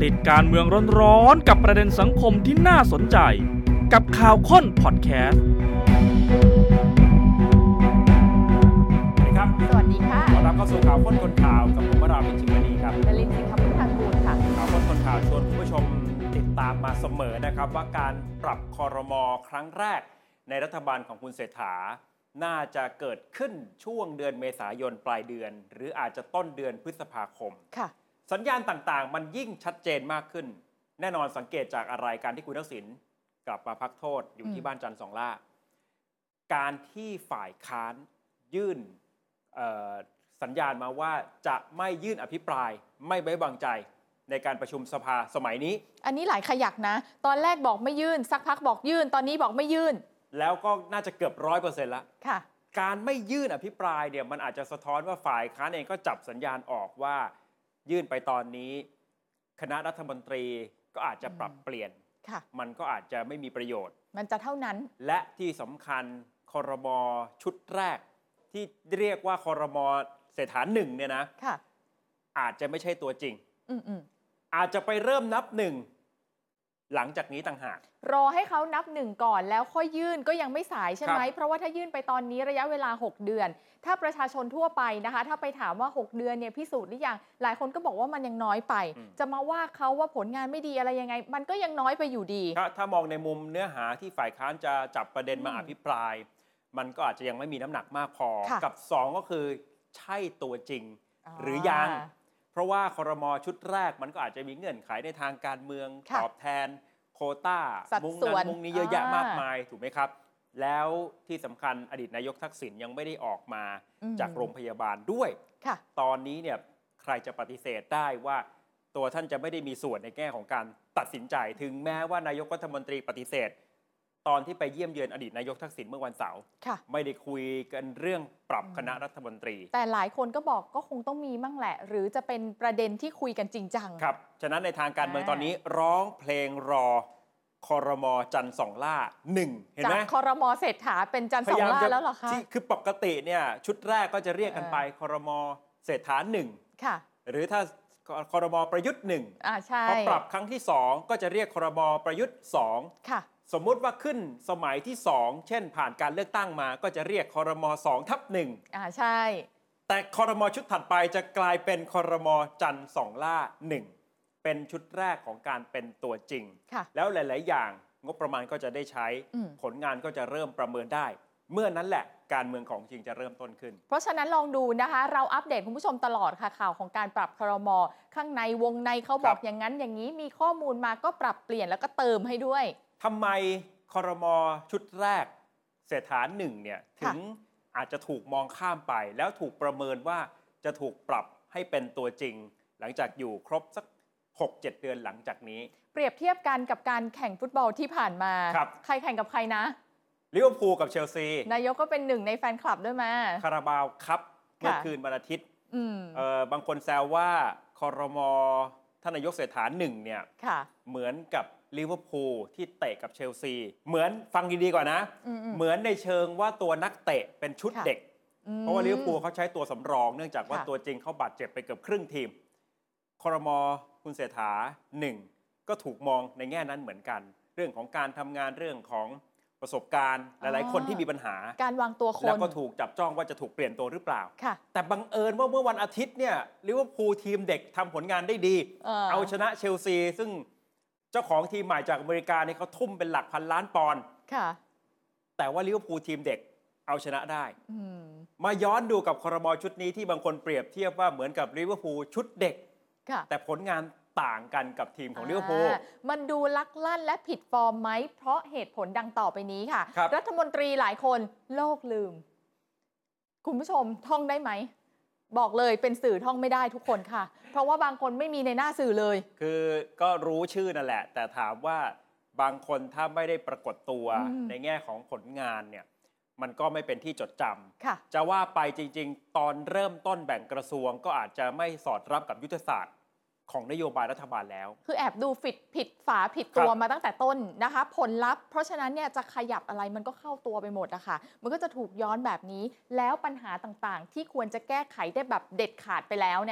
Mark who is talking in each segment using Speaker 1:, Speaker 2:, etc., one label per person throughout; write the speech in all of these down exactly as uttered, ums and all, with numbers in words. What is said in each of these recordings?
Speaker 1: ติดการเมืองร้อนๆกับประเด็นสังคมที่น่าสนใจกับข่าวค้นพอดแคสต์
Speaker 2: สวัสดีครับ
Speaker 3: สวัสดีค่ะ
Speaker 2: ขอรับเข้าสู่ข่าวค้นคนข่าวกับผมวราวิชิตมณีครับ
Speaker 3: นลินทร์สิงห์พุทธากูลค่ะ
Speaker 2: ข่าวค้นคนข่าวชวนคุณผู้ชมติดตามมาเสมอนะครับว่าการปรับครม.ครั้งแรกในรัฐบาลของคุณเศรษฐาน่าจะเกิดขึ้นช่วงเดือนเมษายนปลายเดือนหรืออาจจะต้นเดือนพฤษภาคม
Speaker 3: ค่ะ
Speaker 2: สัญญาณต่างๆมันยิ่งชัดเจนมากขึ้นแน่นอนสังเกตจากอะไรการที่คุณทักษิณกลับมาพักโทษอยู่ที่บ้านจันทร์สองล่าการที่ฝ่ายค้านยื่นสัญญาณมาว่าจะไม่ยื่นอภิปรายไม่ไว้วางใจในการประชุมสภาสมัยนี้
Speaker 3: อันนี้หลายขยักนะตอนแรกบอกไม่ยื่นสักพักบอกยื่นตอนนี้บอกไม่ยื่น
Speaker 2: แล้วก็น่าจะเกือบร้อยเปอร์เซ็นต์ละ
Speaker 3: ค่ะ
Speaker 2: การไม่ยื่นอภิปรายเนี่ยมันอาจจะสะท้อนว่าฝ่ายค้านเองก็จับสัญญาณออกว่ายื่นไปตอนนี้คณะรัฐมนตรีก็อาจจะปรับเปลี่ยนมันก็อาจจะไม่มีประโยชน์
Speaker 3: มันจะเท่านั้น
Speaker 2: และที่สำคัญครม.ชุดแรกที่เรียกว่าครม.เศรษฐาหนึ่งเนี่ยนะอาจจะไม่ใช่ตัวจริงอาจจะไปเริ่มนับหนึ่งหลังจากนี้ต่างหาก
Speaker 3: รอให้เขานับหนึ่งก่อนแล้วค่อยยื่นก็ยังไม่สายใช่ไหมเพราะว่าถ้ายื่นไปตอนนี้ระยะเวลาหกเดือนถ้าประชาชนทั่วไปนะคะถ้าไปถามว่าหกเดือนเนี่ยพิสูจน์หรือยังหลายคนก็บอกว่ามันยังน้อยไปจะมาว่าเขาว่าผลงานไม่ดีอะไรยังไงมันก็ยังน้อยไปอยู่ดี
Speaker 2: ถ้าถ้ามองในมุมเนื้อหาที่ฝ่ายค้านจะจับประเด็นมาอภิปรายมันก็อาจจะยังไม่มีน้ำหนักมากพอกับสองก็คือใช่ตัวจริงหรือยังเพราะว่าครม.ชุดแรกมันก็อาจจะมีเงื่อนไขในทางการเมืองตอบแทนโควต้ามุงนั้นมุงนี้เยอะแยะมากมายถูกไหมครับแล้วที่สำคัญอดีตนายกทักษิณยังไม่ได้ออกมาจากโรงพยาบาลด้วยตอนนี้เนี่ยใครจะปฏิเสธได้ว่าตัวท่านจะไม่ได้มีส่วนในแง่ของการตัดสินใจถึงแม้ว่านายกรัฐมนตรีปฏิเสธตอนที่ไปเยี่ยมเยือนอดีตนายกทักษิณเมื่อวันเสาร์ไม่ได้คุยกันเรื่องปรับคณะรัฐมนตรี
Speaker 3: แต่หลายคนก็บอกก็คงต้องมีมั่งแหละหรือจะเป็นประเด็นที่คุยกันจริงจัง
Speaker 2: ครับฉะนั้นในทางการเมืองตอนนี้ร้องเพลงรอครม.จันทร์สองล่าหนึ่งเห็นไหม
Speaker 3: จากครม.เศรษฐาเป็นจันทร์สองล่าแล้วเหรอคะ
Speaker 2: คือปกติเนี่ยชุดแรกก็จะเรียกกันไปครม.เศรษฐาหนึ่งหรือถ้าครม.ประยุทธ์หนึ่งพอปรับครั้งที่สองก็จะเรียกครม.ประยุทธ์สองสมมุติว่าขึ้นสมัยที่สองเช่นผ่านการเลือกตั้งมาก็จะเรียกครม.สองทับหนึ่ง
Speaker 3: อ่าใช่
Speaker 2: แต่ครม.ชุดถัดไปจะกลายเป็นครม.จันทร์สองล่าหนึ่งเป็นชุดแรกของการเป็นตัวจริงแล้วหลายๆอย่างงบประมาณก็จะได้ใช้ผลงานก็จะเริ่มประเมินได้เมื่อนั้นแหละการเมืองของจริงจะเริ่มต้นขึ้น
Speaker 3: เพราะฉะนั้นลองดูนะคะเราอัปเดตคุณผู้ชมตลอดค่ะข่าวของการปรับครม.ข้างในวงในเขาบอกอย่างนั้นอย่างนี้มีข้อมูลมาก็ปรับเปลี่ยนแล้วก็เติมให้ด้วย
Speaker 2: ทำไมครม.ชุดแรกเศรษฐาหนึ่งเนี่ยถึงอาจจะถูกมองข้ามไปแล้วถูกประเมินว่าจะถูกปรับให้เป็นตัวจริงหลังจากอยู่ครบสัก หกเจ็ด เดือนหลังจากนี้
Speaker 3: เปรียบเทียบกันกับการแข่งฟุตบอลที่ผ่านมาใครแข่งกับใครนะ
Speaker 2: ลิเวอร์พูลกับเชลซี
Speaker 3: นายกก็เป็นหนึ่งในแฟนคลับด้วยมา
Speaker 2: คาราบาวคัพเมื่อคืนวันอาทิตย์บางคนแซวว่าครม.ท่านนายกเศรษฐาหนึ่งเนี่ยเหมือนกับลิเวอร์พูลที่เตะกับเชลซีเหมือนฟังดีๆก่อนนะเหมือนในเชิงว่าตัวนักเตะเป็นชุดเด็กเพราะว่าลิเวอร์พูลเขาใช้ตัวสำรองเนื่องจากว่าตัวจริงเขาบาดเจ็บไปเกือบครึ่งทีมครม.คุณเศรษฐาหนึ่งก็ถูกมองในแง่นั้นเหมือนกันเรื่องของการทำงานเรื่องของประสบการณ์หลายๆคนที่มีปัญหา
Speaker 3: การวางตัวคน
Speaker 2: แล้วก็ถูกจับจ้องว่าจะถูกเปลี่ยนตัวหรือเปล่าแต่บังเอิญว่าเมื่อวันอาทิตย์เนี่ยลิเวอร์พูลทีมเด็กทำผลงานได้ดีเอาชนะเชลซีซึ่งเจ้าของทีมใหม่จากอเมริกาเนี่ยเขาทุ่มเป็นหลักพันล้านปอนด์แต่ว่าลิเวอร์พูลทีมเด็กเอาชนะได้มาย้อนดูกับครม.ชุดนี้ที่บางคนเปรียบเทียบว่าเหมือนกับลิเวอร์พูลชุดเด็กแต่ผลงานต่างกันกับทีมของลิเวอร์พูล
Speaker 3: มันดูลักลั่นและผิดฟอร์มไหมเพราะเหตุผลดังต่อไปนี้ค่ะรัฐมนตรีหลายคนโลกลืมคุณผู้ชมท่องได้ไหมบอกเลยเป็นสื่อท่องไม่ได้ทุกคนค่ะเพราะว่าบางคนไม่มีในหน้าสื่อเลย
Speaker 2: คือก็รู้ชื่อนั่นแหละแต่ถามว่าบางคนถ้าไม่ได้ปรากฏตัวในแง่ของผลงานเนี่ยมันก็ไม่เป็นที่จดจำจะว่าไปจริงๆตอนเริ่มต้นแบ่งกระทรวงก็อาจจะไม่สอดรับกับยุทธศาสตร์ของนโยบายรัฐบาลแล้ว
Speaker 3: คือแอบดูผิดผิดฝาผิดตัวมาตั้งแต่ต้นนะคะผลลัพธ์เพราะฉะนั้นเนี่ยจะขยับอะไรมันก็เข้าตัวไปหมดอะค่ะมันก็จะถูกย้อนแบบนี้แล้วปัญหาต่างๆที่ควรจะแก้ไขได้แบบเด็ดขาดไปแล้วเนี่ย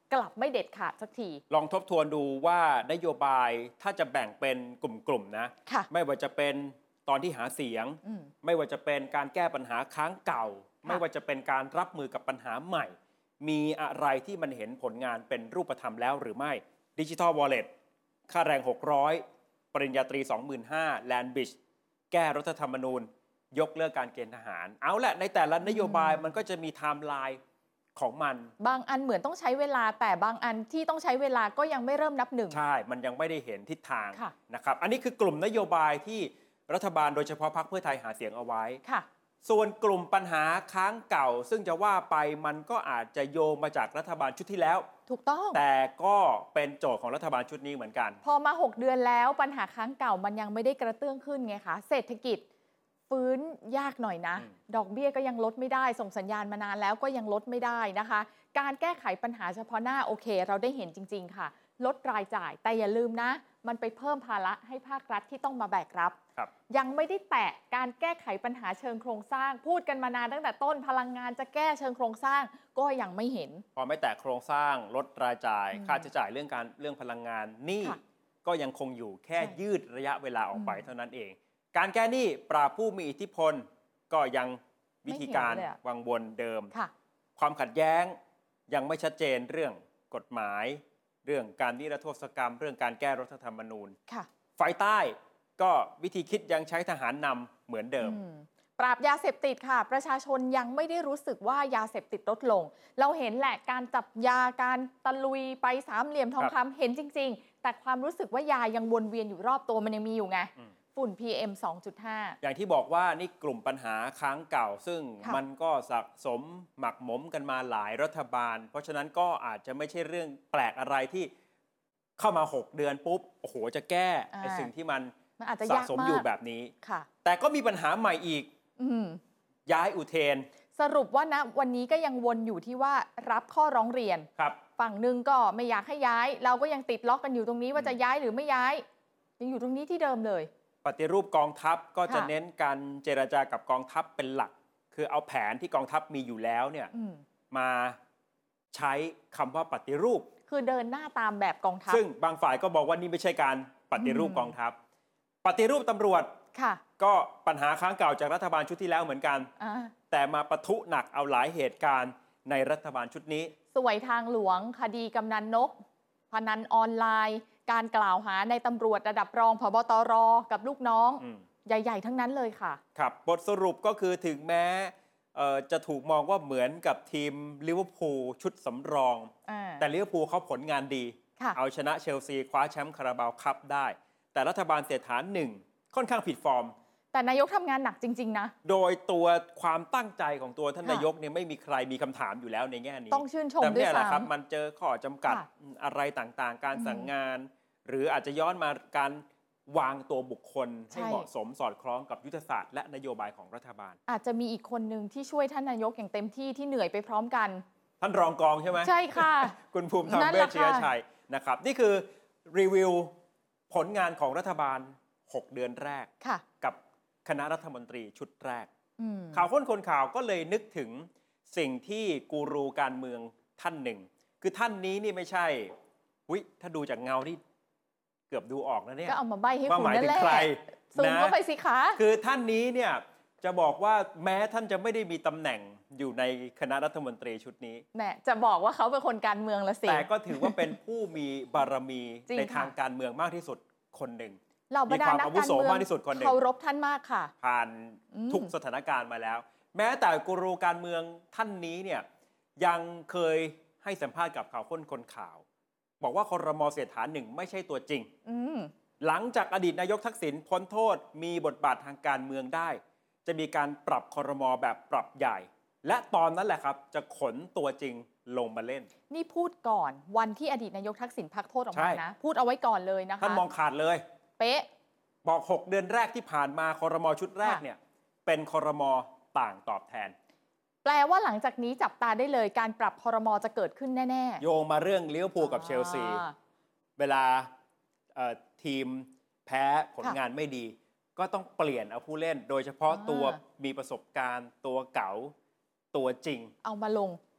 Speaker 3: กลับไม่เด็ดขาดสักที
Speaker 2: ลองทบทวนดูว่านโยบายถ้าจะแบ่งเป็นกลุ่มๆนะไม่ว่าจะเป็นตอนที่หาเสียงไม่ว่าจะเป็นการแก้ปัญหาค้างเก่าไม่ว่าจะเป็นการรับมือกับปัญหาใหม่มีอะไรที่มันเห็นผลงานเป็นรูปธรรมแล้วหรือไม่ดิจิทัลวอลเล็ตค่าแรงหกร้อยปริญญาตรี สองหมื่นห้าพัน แลนด์บริดจ์แก้รัฐธรรมนูญยกเลิกการเกณฑ์ทหารเอาแหละในแต่ละนโยบายมันก็จะมีไทม์ไลน์ของมัน
Speaker 3: บางอันเหมือนต้องใช้เวลาแต่บางอันที่ต้องใช้เวลาก็ยังไม่เริ่มนับหนึ่ง
Speaker 2: ใช่มันยังไม่ได้เห็นทิศทางนะครับอันนี้คือกลุ่มนโยบายที่รัฐบาลโดยเฉพาะพรรคเพื่อไทยหาเสียงเอาไว้
Speaker 3: ค่ะ
Speaker 2: ส่วนกลุ่มปัญหาค้างเก่าซึ่งจะว่าไปมันก็อาจจะโยงมาจากรัฐบาลชุดที่แล้ว
Speaker 3: ถูกต้อง
Speaker 2: แต่ก็เป็นโจทย์ของรัฐบาลชุดนี้เหมือนกัน
Speaker 3: พอมาหกเดือนแล้วปัญหาค้างเก่ามันยังไม่ได้กระเตื้องขึ้นไงคะเศรษฐกิจฟื้นยากหน่อยนะดอกเบี้ยก็ยังลดไม่ได้ส่งสัญญาณมานานแล้วก็ยังลดไม่ได้นะคะการแก้ไขปัญหาเฉพาะหน้าโอเคเราได้เห็นจริงๆค่ะลดรายจ่ายแต่อย่าลืมนะมันไปเพิ่มภาระให้ภาครัฐที่ต้องมาแบกรับยังไม่ได้แตะการแก้ไขปัญหาเชิงโครงสร้างพูดกันมานานตั้งแต่ต้นพลังงานจะแก้เชิงโครงสร้างก็ยังไม่เห็น
Speaker 2: พอไม่แตะโครงสร้างลดรายจ่ายค่าใช้จ่ายเรื่องการเรื่องพลังงานนี่ก็ยังคงอยู่แค่ยืดระยะเวลาออกไปเท่านั้นเองการแก้หนี้ปราบผู้มีอิทธิพลก็ยังวิธีการวังวนเดิมความขัดแย้งยังไม่ชัดเจนเรื่องกฎหมายเรื่องการนิรโทษกรรมเรื่องการแก้รัฐธรรมนูญฝ่ายใต้ก็วิธีคิดยังใช้ทหารนำเหมือนเดิม
Speaker 3: ปราบยาเสพติดค่ะประชาชนยังไม่ได้รู้สึกว่ายาเสพติดลดลงเราเห็นแหละการจับยาการตะลุยไปสามเหลี่ยมทองคำเห็นจริงๆแต่ความรู้สึกว่ายายังวนเวียนอยู่รอบตัวมันยังมีอยู่ไงฝุ่น พี เอ็ม สองจุดห้า
Speaker 2: อย่างที่บอกว่านี่กลุ่มปัญหาค้างเก่าซึ่งมันก็สะสมหมักหมมกันมาหลายรัฐบาลเพราะฉะนั้นก็อาจจะไม่ใช่เรื่องแปลกอะไรที่เข้ามาหกเดือนปุ๊บโอ้โหจะแก้ไอ้สิ่งที่มันสะสมอยู่แบบนี้แต่ก็มีปัญหาใหม่อีกย้ายอุเทน
Speaker 3: สรุปว่านะวันนี้ก็ยังวนอยู่ที่ว่ารับข้อร้องเรียนฝั่งหนึ่งก็ไม่อยากให้ย้ายเราก็ยังติดล็อกกันอยู่ตรงนี้ว่าจะย้ายหรือไม่ย้ายยังอยู่ตรงนี้ที่เดิมเลย
Speaker 2: ปฏิรูปกองทัพก็จะเน้นการเจรจากับกองทัพเป็นหลักคือเอาแผนที่กองทัพมีอยู่แล้วเนี่ยมาใช้คำว่าปฏิรูป
Speaker 3: คือเดินหน้าตามแบบกองทัพ
Speaker 2: ซึ่งบางฝ่ายก็บอกว่านี่ไม่ใช่การปฏิรูปกองทัพปฏิรูปตำรวจก็ปัญหาค้างเก่าจากรัฐบาลชุดที่แล้วเหมือนกันแต่มาปะทุหนักเอาหลายเหตุการณ์ในรัฐบาลชุดนี้
Speaker 3: สวยทางหลวงคดีกำนันนกพนันออนไลน์การกล่าวหาในตำรวจระดับรองผบตรกับลูกน้องใหญ่ๆทั้งนั้นเลยค่ะ
Speaker 2: ครับบทสรุปก็คือถึงแม้จะถูกมองว่าเหมือนกับทีมลิเวอร์พูลชุดสำรองแต่ลิเวอร์พูลเขาผลงานดีเอาชนะเชลซีคว้าแชมป์คาราบาวคัพได้แต่รัฐบาลเศรษฐาหนึ่งค่อนข้างผิดฟอร์ม
Speaker 3: แต่นายกทำงานหนักจริงๆนะ
Speaker 2: โดยตัวความตั้งใจของตัวท่านนายกเนี่ยไม่มีใครมีคำถามอยู่แล้วในแง่นี้
Speaker 3: ต้องชื่นชมด้วยซ้ำแต่
Speaker 2: เนี่ยแหละครับมันเจอข้อจำกัดอะไรต่างๆการสั่งงานหรืออาจจะย้อนมาการวางตัวบุคคลให้เหมาะสมสอดคล้องกับยุทธศาสตร์และนโยบายของรัฐบาล
Speaker 3: อาจจะมีอีกคนหนึ่งที่ช่วยท่านนายกอย่างเต็มที่ที่เหนื่อยไปพร้อมกัน
Speaker 2: ท่านรองกองใช่ไหม
Speaker 3: ใช่ค่ะ
Speaker 2: คุณภูมิธรรมเวชยชัยนะครับนี่คือรีวิวผลงานของรัฐบาลหกเดือนแรกกับคณะรัฐมนตรีชุดแรกข่าวค้นคนข่าวก็เลยนึกถึงสิ่งที่กูรูการเมืองท่านหนึ่งคือท่านนี้นี่ไม่ใช่อุ๊ยถ้าดูจากเงาที่เกือบดูออกนะเนี่ย
Speaker 3: ก็เอามาใบ้ให้คุณนั่นแหละซูมเข้าไปสิคะ
Speaker 2: คือท่านนี้เนี่ยจะบอกว่าแม้ท่านจะไม่ได้มีตำแหน่งอยู่ในคณะรัฐมนตรีชุดนี้
Speaker 3: แหมจะบอกว่าเขาเป็นคนการเมืองละสิ
Speaker 2: แต่ก็ถือว่าเป็นผู้มีบารมีในทางการเมืองมากที่สุดคนหนึ่ง
Speaker 3: เราบรรดานักการเมืองเคารพท่านมากค่ะ
Speaker 2: ผ่านทุกสถานการณ์มาแล้วแม้แต่กูรูการเมืองท่านนี้เนี่ยยังเคยให้สัมภาษณ์กับข่าวค้นคนข่าวบอกว่าครม.เศรษฐาหนึ่งไม่ใช่ตัวจริงหลังจากอดีตนายกทักษิณพ้นโทษมีบทบาททางการเมืองได้จะมีการปรับครม.แบบปรับใหญ่และตอนนั้นแหละครับจะขนตัวจริงลงมาเล่น
Speaker 3: นี่พูดก่อนวันที่อดีตนายกทักษิณพักโทษออกมานะพูดเอาไว้ก่อนเลยนะคะ
Speaker 2: ท่านมองขาดเลย
Speaker 3: เป๊ะ
Speaker 2: บอกหกเดือนแรกที่ผ่านมาครม.ชุดแรกเนี่ยเป็นครม.ต่างตอบแทน
Speaker 3: แปลว่าหลังจากนี้จับตาได้เลยการปรับครม.จะเกิดขึ้นแน่
Speaker 2: ๆโยงมาเรื่องลิเวอร์พูลกับเชลซีเวลาทีมแพ้ผลงานไม่ดีก็ต้องเปลี่ยนเอาผู้เล่นโดยเฉพาะตัวมีประสบการณ์ตัวเก๋าตัวจริง
Speaker 3: เอามาลง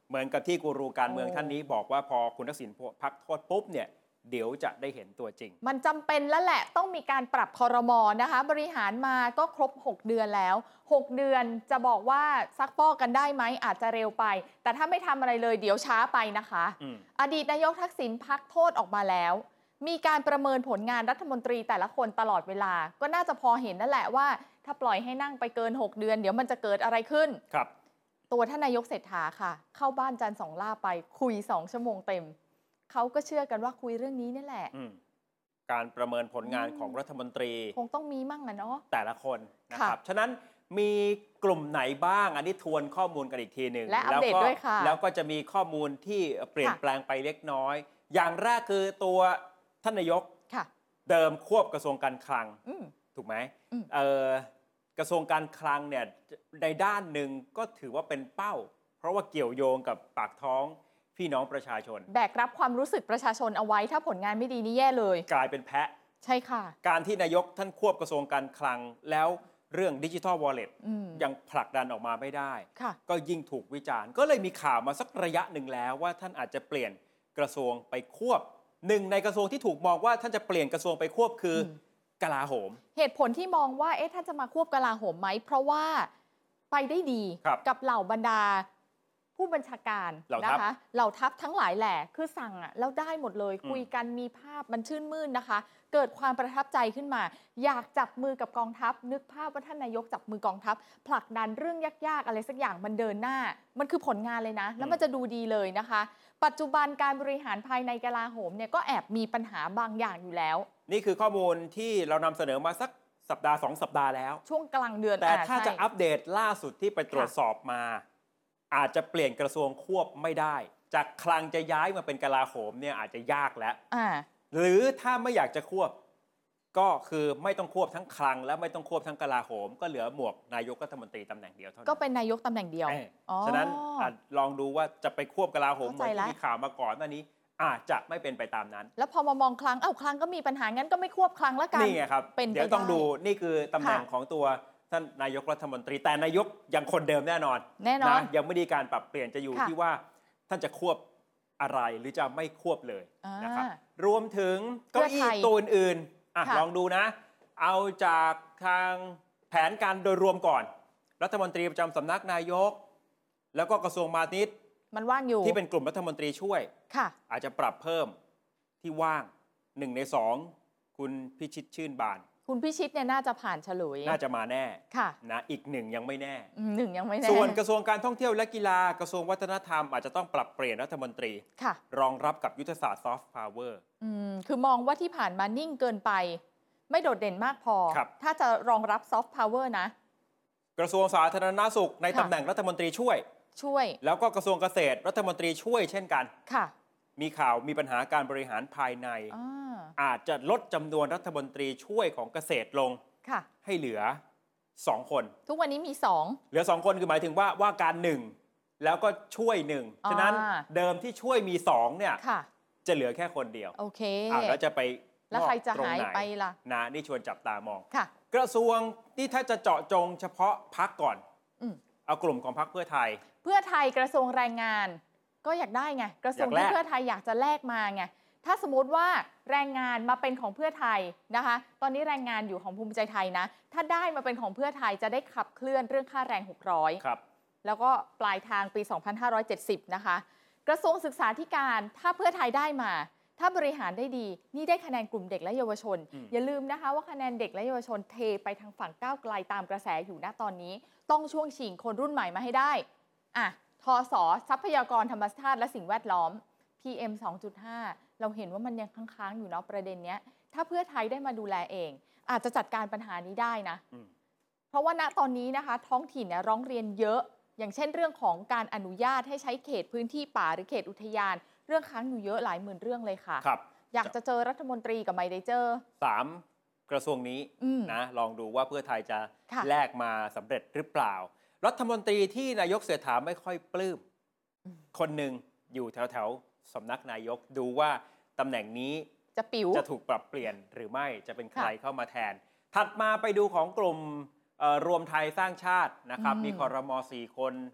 Speaker 2: เหมือนกับที่กูรูการเมือง
Speaker 3: โอ้
Speaker 2: ท่านนี้บอกว่าพอคุณทักษิณพักโทษปุ๊บเนี่ยเดี๋ยวจะได้เห็นตัวจริง
Speaker 3: มันจำเป็นแล้วแหละต้องมีการปรับครม.นะคะ บริหารมาก็ครบหกเดือนแล้วหกเดือนจะบอกว่าซักฟอกกันได้ไหมอาจจะเร็วไป แต่ถ้าไม่ทำอะไรเลยเดี๋ยวช้าไปนะคะ
Speaker 2: อืม
Speaker 3: อดีตนายกทักษิณพักโทษออกมาแล้ว มีการประเมินผลงานรัฐมนตรีแต่ละคนตลอดเวลา ก็น่าจะพอเห็นนั่นแหละว่า ถ้าปล่อยให้นั่งไปเกินหกเดือนเดี๋ยวมันจะเกิดอะไรขึ้น
Speaker 2: ครับ
Speaker 3: ตัวท่านนายกเศรษฐาค่ะ เข้าบ้านจันทร์สองล่าไปคุยสองชั่วโมงเต็มเขาก็เชื่อกันว่าคุยเรื่องนี้นี่แหละ
Speaker 2: อืมการประเมินผลงานของรัฐมนตรี
Speaker 3: คงต้องมีมั่งอะเนาะ
Speaker 2: แต่ละคนนะครับ ฉะนั้นมีกลุ่มไหนบ้างอันนี้ทวนข้อมูลกันอีกทีหนึ่ง
Speaker 3: และอัปเดต
Speaker 2: ก็
Speaker 3: ด้วยค่ะ
Speaker 2: แล้วก็จะมีข้อมูลที่เปลี่ยน
Speaker 3: ค่ะ
Speaker 2: แปลงไปเล็กน้อย อย่างแรกคือตัวท่านนายก
Speaker 3: ค่ะ
Speaker 2: เดิมควบกระทรวงการคลัง
Speaker 3: อืม
Speaker 2: ถูกไหม
Speaker 3: อืม
Speaker 2: เอ่อกระทรวงการคลังเนี่ยในด้านหนึ่งก็ถือว่าเป็นเป้า เพราะว่าเกี่ยวโยงกับปากท้องพี่น้องประชาชน
Speaker 3: แบกรับความรู้สึกประชาชนเอาไว้ถ้าผลงานไม่ดีนี่แย่เลย
Speaker 2: กลายเป็นแพะ
Speaker 3: ใช่ค่ะ
Speaker 2: การที่นายกท่านควบกระทรวงการคลังแล้วเรื่องดิจิทัลวอลเล็ต
Speaker 3: อืม
Speaker 2: ยังผลักดันออกมาไม่ได้
Speaker 3: ค่ะ
Speaker 2: ก็ยิ่งถูกวิจารณ์ ก็เลยมีข่าวมาสักระยะหนึ่งแล้วว่าท่านอาจจะเปลี่ยนกระทรวงไปควบหนึ่งในกระทรวงที่ถูกมองว่าท่านจะเปลี่ยนกระทรวงไปควบคืออ
Speaker 3: ม
Speaker 2: กลาโหม
Speaker 3: เหตุผลที่มองว่าเอ๊ะท่านจะมาควบกลาโหมไหม เพราะว่าไปได้ดี
Speaker 2: ครับ
Speaker 3: กับเหล่าบรรดาผู้บัญชาการ
Speaker 2: เหล่าทั
Speaker 3: นะ
Speaker 2: พ
Speaker 3: คะเหล่าทัพทั้งหลายแหละคือสั่งอะแล้วได้หมดเลย
Speaker 2: อืม
Speaker 3: คุยกันมีภาพมันชื่นมื่นนะคะ เกิดความประทับใจขึ้นมา อยากจับมือกับกองทัพ นึกภาพว่าท่านนายกจับมือกองทัพ ผลักดันเรื่องยากๆอะไรสักอย่างมันเดินหน้า มันคือผลงานเลยนะ แล้วมันจะดูดีเลยนะคะ ปัจจุบันการบริหารภายในกลาโหมเนี่ยก็แอบมีปัญหาบางอย่างอยู่แล้ว
Speaker 2: นี่คือข้อมูลที่เรานำเสนอมาสักสัปดาห์สองสัปดาห์แล้ว
Speaker 3: ช่วงกลางเดือน
Speaker 2: แต่
Speaker 3: อ่
Speaker 2: ถ้า
Speaker 3: ใช่
Speaker 2: จะอัปเดตล่าสุดที่ไปตรวจสอบมา อาจจะเปลี่ยนกระทรวงควบไม่ได้ จากคลังจะย้ายมาเป็นกลาโหมเนี่ยอาจจะยากแล้ว
Speaker 3: อ่า
Speaker 2: หรือถ้าไม่อยากจะควบ ก็คือไม่ต้องควบทั้งคลัง และไม่ต้องควบทั้งกลาโหม ก็เหลือหมวกนายกรัฐมนตรีตำแหน่งเดียวเท่านั้น
Speaker 3: ก็เป็นนายกตำแหน่งเดียว
Speaker 2: เอ้ย
Speaker 3: อ๋อ
Speaker 2: ฉะนั้นอะลองดูว่าจะไปควบกลาโหมเห
Speaker 3: เข้า
Speaker 2: มื
Speaker 3: ใจ
Speaker 2: อนที่
Speaker 3: ละ
Speaker 2: มีข่าวมาก่อนหน้านี้ อาจจะไม่เป็นไปตามนั้น
Speaker 3: แล้วพอมามองคลังเอ้าคลังก็มีปัญหางั้นก็ไม่ควบคลังแล้วกัน
Speaker 2: นี่ไงครับ
Speaker 3: เป็นไป
Speaker 2: เดี๋ยวต้อง
Speaker 3: ได้
Speaker 2: ดูนี่คือตำแหน่ง
Speaker 3: ค่ะ
Speaker 2: ของตัวท่านนายกรัฐมนตรี แต่นายกยังคนเดิมแน่นอน
Speaker 3: แน่นอน
Speaker 2: ยังไม่ได้การปรับเปลี่ยนจะอยู่
Speaker 3: ค่ะ
Speaker 2: ที่ว่าท่านจะควบอะไรหรือจะไม่ควบเลย
Speaker 3: อ่าน
Speaker 2: นะครับรวมถึง
Speaker 3: เพื่
Speaker 2: เก้า
Speaker 3: อ
Speaker 2: อี้
Speaker 3: ไทย
Speaker 2: ตัวอื่นๆอ่ะ
Speaker 3: ค่ะ
Speaker 2: ลองดูนะ เอาจากทางแผนการโดยรวมก่อน รัฐมนตรีประจำสำนักนายก แล้วก็กระทรวงพาณิชย์
Speaker 3: มันว่างอยู่
Speaker 2: ที่เป็นกลุ่มรัฐมนตรีช่วย
Speaker 3: ค่ะ
Speaker 2: อาจจะปรับเพิ่มที่ว่างหนึ่งในสองคุณพิชิตชื่นบาน
Speaker 3: คุณพิชิตเนี่ยน่าจะผ่านฉลุย
Speaker 2: น่าจะมาแน่
Speaker 3: ค่ะ
Speaker 2: นะอีกหนึ่งยังไม่แน่
Speaker 3: อืมหนึ่งยังไม่แน่
Speaker 2: ส่วนกระทรวงการท่องเที่ยวและกีฬากระทรวงวัฒนธรรมอาจจะต้องปรับเปลี่ยนรัฐมนตรี
Speaker 3: ค่ะ
Speaker 2: รองรับกับยุทธศาสตร์ซอฟต์พาวเวอร์
Speaker 3: อืมคือมองว่าที่ผ่านมานิ่งเกินไป ไม่โดดเด่นมากพอ
Speaker 2: ครับ
Speaker 3: ถ้าจะรองรับซอฟต์พาวเวอร์นะ
Speaker 2: กระทรวงสาธารณสุขใน
Speaker 3: ค่ะ
Speaker 2: ตำแหน่งรัฐมนตรีช่วย
Speaker 3: ช่วย
Speaker 2: แล้วก็กระทรวงเกษตรรัฐมนตรีช่วยเช่นกัน
Speaker 3: ค่ะ
Speaker 2: มีข่าวมีปัญหาการบริหารภายใน
Speaker 3: อ่า
Speaker 2: อาจจะลดจำนวนรัฐมนตรีช่วยของเกษตรลง
Speaker 3: ค่ะ
Speaker 2: ให้เหลือสองคน
Speaker 3: ทุกวันนี้มีสอง
Speaker 2: เหลือสองคนคือหมายถึงว่าว่าการหนึ่งแล้วก็ช่วยหนึ่ง
Speaker 3: อ่า
Speaker 2: ฉะนั้นเดิมที่ช่วยมีสองเนี่ย
Speaker 3: ค่ะ
Speaker 2: จะเหลือแค่คนเดียว
Speaker 3: โอเค
Speaker 2: อ่ะแล้วจะไป
Speaker 3: แล้วใครจะ
Speaker 2: ตรง
Speaker 3: หาย
Speaker 2: น
Speaker 3: ไปล่ะ
Speaker 2: นะนี่ชวนจับตามอง
Speaker 3: ค่ะ
Speaker 2: กระทรวงที่ถ้าจะเจาะจงเฉพาะพักก่อน
Speaker 3: อืม
Speaker 2: เอากลุ่มของพักเพื่อไทย
Speaker 3: เพื่อไทยกระทรวงแรงงาน ก็อยากได้ไง กระทรวง
Speaker 2: อยากแล
Speaker 3: ที่
Speaker 2: ก
Speaker 3: เพื่อไทยอยากจะแลกมาไง ถ้าสมมติว่าแรงงานมาเป็นของเพื่อไทยนะคะ ตอนนี้แรงงานอยู่ของภูมิใจไทยนะ ถ้าได้มาเป็นของเพื่อไทยจะได้ขับเคลื่อนเรื่องค่าแรงหกร้อย
Speaker 2: ครับ
Speaker 3: แล้วก็ปลายทางปี สองพันห้าร้อยเจ็ดสิบ นะคะ กระทรวงศึกษาธิการ ถ้าเพื่อไทยได้มา ถ้าบริหารได้ดี นี่ได้คะแนนกลุ่มเด็กและเยาวชน
Speaker 2: อืม
Speaker 3: อย่าลืมนะคะว่าคะแนนเด็กและเยาวชนเทไปทางฝั่งก้าวไกลตามกระแสอยู่ณตอนนี้ ต้องช่วงชิงคนรุ่นใหม่มาให้ได้อ่ะทสทรัพยากรธรรมชาติและสิ่งแวดล้อม พี เอ็ม สองจุดห้า เราเห็นว่ามันยังค้างๆอยู่เนาะประเด็นเนี้ย ถ้าเพื่อไทยได้มาดูแลเอง อาจจะจัดการปัญหานี้ได้นะ
Speaker 2: อืม
Speaker 3: เพราะว่าณตอนนี้นะคะ ท้องถิ่นเนี่ยร้องเรียนเยอะ อย่างเช่นเรื่องของการอนุญาตให้ใช้เขตพื้นที่ป่าหรือเขตอุทยาน เรื่องค้างอยู่เยอะหลายหมื่นเรื่องเลยค่ะ
Speaker 2: ครับ
Speaker 3: อยากจะเจอรัฐมนตรีกับไม่ได้เจอ
Speaker 2: สามกระทรวงนี้
Speaker 3: อืม
Speaker 2: นะลองดูว่าเพื่อไทยจะ
Speaker 3: ค่ะ
Speaker 2: แลกมาสำเร็จหรือเปล่า รัฐมนตรีที่นายกเศรษฐาไม่ค่อยปลื้ม
Speaker 3: อืม
Speaker 2: คนหนึ่งอยู่แถวแถวๆสำนักนายกดูว่าตำแหน่งนี้
Speaker 3: จะปิ๋ว
Speaker 2: จะถูกปรับเปลี่ยนหรือไม่จะเป็นใคร
Speaker 3: ค่ะ
Speaker 2: เข้ามาแทน ถัดมาไปดูของกลุ่มเอ่อรวมไทยสร้างชาตินะครับ
Speaker 3: อืม
Speaker 2: มีครมสี่คน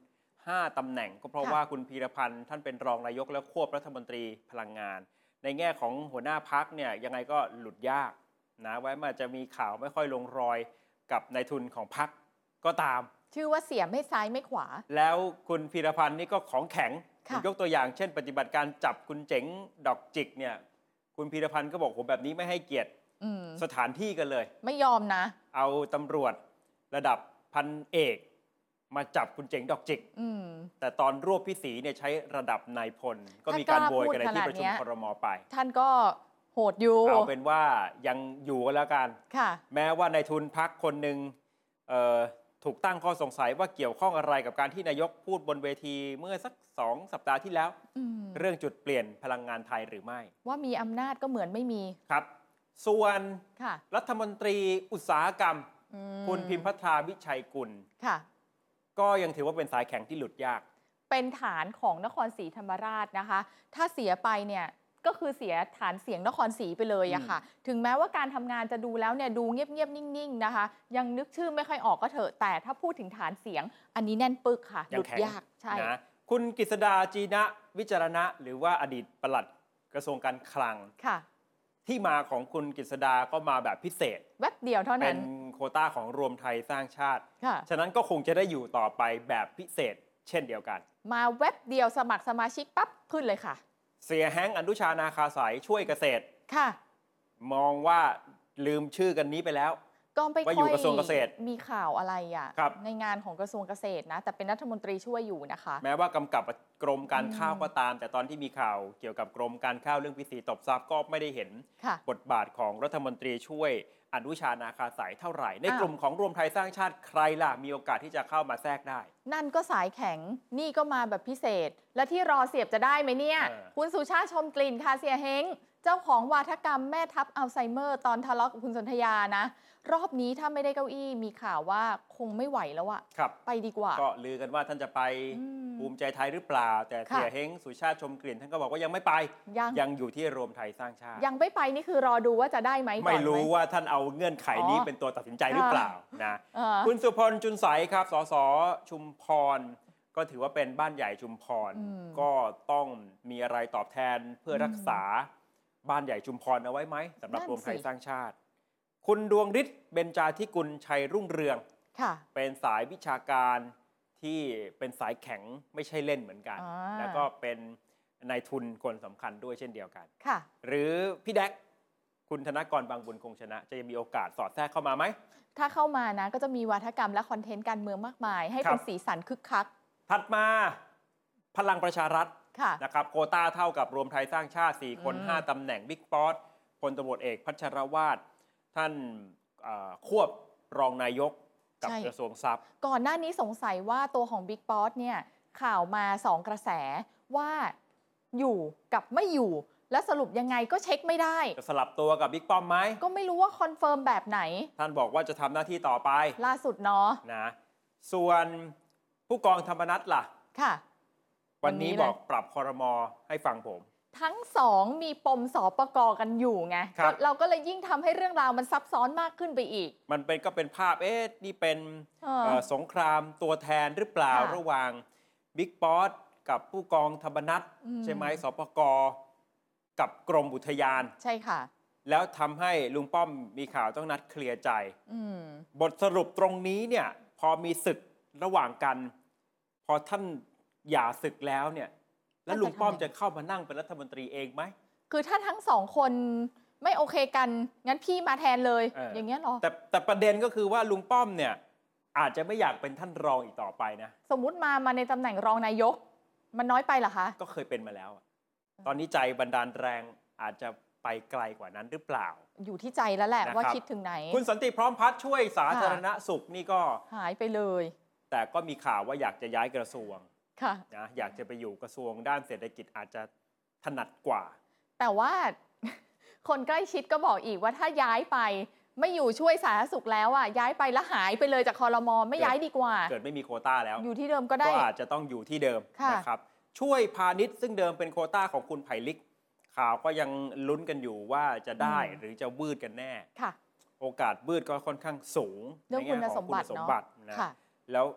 Speaker 2: ห้าตำแหน่งก็เพราะว่าคุณพีรพันธ์ท่านเป็นรองนายกและควบรัฐมนตรีพลังงาน ในแง่ของหัวหน้าพักเนี่ยยังไงก็หลุดยากนะไว้มาจะมีข่าวไม่ค่อยลงรอยกับนายทุนของพักก็ตาม
Speaker 3: ชื่อว่าเสียไม่ซ้ายไม่ขวา
Speaker 2: แล้วคุณพีรพันธ์นี่ก็ของแข็งยกตัวอย่างเช่นปฏิบัติการจับคุณเจ๋งดอกจิกเนี่ยคุณพีรพันธ์ก็บอกผมแบบนี้ไม่ให้เกียรติสถานที่กันเลย
Speaker 3: ไม่ยอมนะ
Speaker 2: เอาตำรวจระดับพันเอกมาจับคุณเจ๋งดอกจิกแต่ตอนรวบพี่ศรีเนี่ยใช้ระดับนายพลก็มีการโวยกันในที่ประชุมครม.ไป
Speaker 3: ท่านก็โหดอยู่
Speaker 2: เอาเป็นว่ายังอยู่กันแล้วกันแม้ว่านายทุนพักคนหนึ่งถูกตั้งข้อสงสัยว่าเกี่ยวข้องอะไรกับการที่นายกพูดบนเวทีเมื่อสักสองสัปดาห์ที่แล้วเรื่องจุดเปลี่ยนพลังงานไทยหรือไม่
Speaker 3: ว่ามีอำนาจก็เหมือนไม่มี
Speaker 2: ครับส่วนรัฐมนตรีอุตสาหกรรมคุณพิมพัทราวิชัยกุลก็ยังถือว่าเป็นสายแข็งที่หลุดยาก
Speaker 3: เป็นฐานของนครศรีธรรมราชนะคะถ้าเสียไปเนี่ยก็คือเสียฐานเสียงนครศรีไปเลยอะค่ะถึงแม้ว่าการทำงานจะดูแล้วเนี่ยดูเงียบๆนิ่งๆนะคะยังนึกชื่อไม่ค่อยออกก็เถอะแต่ถ้าพูดถึงฐานเสียงอันนี้แน่นปึกค่ะหลุดยากใช่
Speaker 2: นะคุณกฤษดาจีนะวิจารณะหรือว่าอดีตปลัดกระทรวงการคลัง
Speaker 3: ค่ะ
Speaker 2: ที่มาของคุณกฤษดาก็มาแบบพิเศษ
Speaker 3: แวบเดียวเท่านั้น
Speaker 2: เป็นโควต้าของรวมไทยสร้างชาติฉะนั้นก็คงจะได้อยู่ต่อไปแบบพิเศษเช่นเดียวกัน
Speaker 3: มาแวบเดียวสมัครสมาชิกปั๊บขึ้นเลยค่ะ
Speaker 2: เสียแฮงค์อนุชานาคาสายช่วยเกษตร
Speaker 3: ค่ะ
Speaker 2: มองว่าลืมชื่อกันนี้ไปแล้ว
Speaker 3: ก็ไม่ค่อย
Speaker 2: กระทรวงเกษตร
Speaker 3: มีข่าวอะไรอ่ะในงานของกระทรวงเกษตรนะแต่เป็นรัฐมนตรีช่วยอยู่นะคะ
Speaker 2: แม้ว่ากำกับกรมการข้าวก็ตามแต่ตอนที่มีข่าวเกี่ยวกับกรมการข้าวเรื่องพี่ศรีตบทรัพย์ก็ไม่ได้เห็นบทบาทของรัฐมนตรีช่วยอนุชานาคาสายเท่าไหร่ในกลุ่มของรวมไทยสร้างชาติใครล่ะมีโอกาสที่จะเข้ามาแทรกได้
Speaker 3: นั่นก็สายแข็งนี่ก็มาแบบพิเศษและที่รอเสียบจะได้ไหมเนี่ยคุณสุชาติชมกลิ่นค่ะเสียเฮงเจ้าของวาทกรรมแม่ทัพอัลไซเมอร์ตอนทะเลาะกับคุณสนธยานะรอบนี้ถ้าไม่ได้เก้าอี้มีข่าวว่าคงไม่ไหวแล้วอะไปดีกว่า
Speaker 2: ก็ลือกันว่าท่านจะไปภูมิใจไทยหรือเปล่าแต่เสียเฮงสุชาติชมกลิ่นท่านก็บอกว่ายังไม่ไปยังยังอยู่ที่รวมไทยสร้างชาติ
Speaker 3: ยังไม่ไปนี่คือรอดูว่าจะได้ไหม
Speaker 2: ไม่รู้ว่าท่านเอาเงื่อนไขนี้เป็นตัวตัดสินใจหรือเปล่านะคุณสุพลจุนใสครับสสชุมพรก็ถือว่าเป็นบ้านใหญ่ชุมพรก็ต้องมีอะไรตอบแทนเพื่อรักษาบ้านใหญ่ชุมพรเอาไว้ไหมสำหรับรวมไทยสร้างชาติคุณดวงฤทธิ์เบญจาธิกุลชัยรุ่งเรืองเป็นสายวิชาการที่เป็นสายแข็งไม่ใช่เล่นเหมือนกันแล้วก็เป็นนายทุนคนสำคัญด้วยเช่นเดียวกันหรือพี่แดกคุณธนกรบางบุญคงชนะจะมีโอกาสสอดแทรกเข้ามาไหม
Speaker 3: ถ้าเข้ามานะก็จะมีวาทกรรมและคอนเทนต์การเมืองมากมายให้เป็นสีสันคึกคัก
Speaker 2: ถัดมาพลังประชารัฐนะครับโควต้าเท่ากับรวมไทยสร้างชาติสี่คนห้าตำแหน่งบิ๊กป๊อตพลตำรวจเอกพัชรวาทท่านควบรองนายกกับกระทรวงทรัพย์
Speaker 3: ก่อนหน้านี้สงสัยว่าตัวของบิ๊กป๊อตเนี่ยข่าวมาสองกระแสว่าอยู่กับไม่อยู่และสรุปยังไงก็เช็คไม่ได้
Speaker 2: จะสลับตัวกับบิ๊กป้อมไหม
Speaker 3: ก็ไม่รู้ว่าคอนเฟิร์มแบบไหน
Speaker 2: ท่านบอกว่าจะทำหน้าที่ต่อไป
Speaker 3: ล่าสุดเนาะ
Speaker 2: นะส่วนผู้กองธรรมนัสล่ะ
Speaker 3: ค่ะ
Speaker 2: วันนี้บอกปรับครม.ให้ฟังผม
Speaker 3: ทั้งสองมีปมสปก.กันอยู่ไงเราก็เลยยิ่งทำให้เรื่องราวมันซับซ้อนมากขึ้นไปอีก
Speaker 2: มันเป็นก็เป็นภาพเอ๊ะนี่เป็นสงครามตัวแทนหรือเปล่าระหว่างบิ๊กป๊อตกับผู้กองธรรมนัสใช่ไหมสปก.กับกรมอุทยาน
Speaker 3: ใช่ค่ะ
Speaker 2: แล้วทำให้ลุงป้อมมีข่าวต้องนัดเคลียร์ใจบทสรุปตรงนี้เนี่ยพอมีศึกระหว่างกันพอท่านหย่าศึกแล้วเนี่ยแล้วลุงป้อมจะเข้ามานั่งเป็นรัฐมนตรีเองไหม
Speaker 3: คือถ้าทั้งสองคนไม่โอเคกันงั้นพี่มาแทนเลย เออ อย่างเงี้ยหรอ
Speaker 2: แต่แต่ประเด็นก็คือว่าลุงป้อมเนี่ยอาจจะไม่อยากเป็นท่านรองอีกต่อไปนะ
Speaker 3: สมมุติมามาในตำแหน่งรองนายกมันน้อยไปเหรอคะ
Speaker 2: ก็เคยเป็นมาแล้วตอนนี้ใจบันดาลแรงอาจจะไปไกลกว่านั้นหรือเปล่า
Speaker 3: อยู่ที่ใจแล้วแหละว่าคิดถึงไหน
Speaker 2: คุณสันติพร้อมพัฒน์ช่วยสาธารณสุขนี่ก็
Speaker 3: หายไปเลย
Speaker 2: แต่ก็มีข่าวว่าอยากจะย้ายกระทรวงนะอยากจะไปอยู่กระทรวงด้านเศรษฐกิจอาจจะถนัดกว่า
Speaker 3: แต่ว่าคนใกล้ชิดก็บอกอีกว่าถ้าย้ายไปไม่อยู่ช่วยสาธารณสุขแล้วอ่ะย้ายไปแล้วหายไปเลยจากครม.ไม่ย้ายดีกว่า
Speaker 2: เกิดไม่มีโควต้าแล้ว
Speaker 3: อยู่ที่เดิมก็ได้
Speaker 2: ก็อาจจะต้องอยู่ที่เดิมนะครับช่วยพาณิชย์ซึ่งเดิมเป็นโควต้าของคุณไผ่ลิกข่าวก็ยังลุ้นกันอยู่ว่าจะได้หรือจะวืดกันแน่โอกาสวืดก็ค่อนข้างสูง
Speaker 3: เรื่องคุณสมบัติเนาะ
Speaker 2: นะแล้ว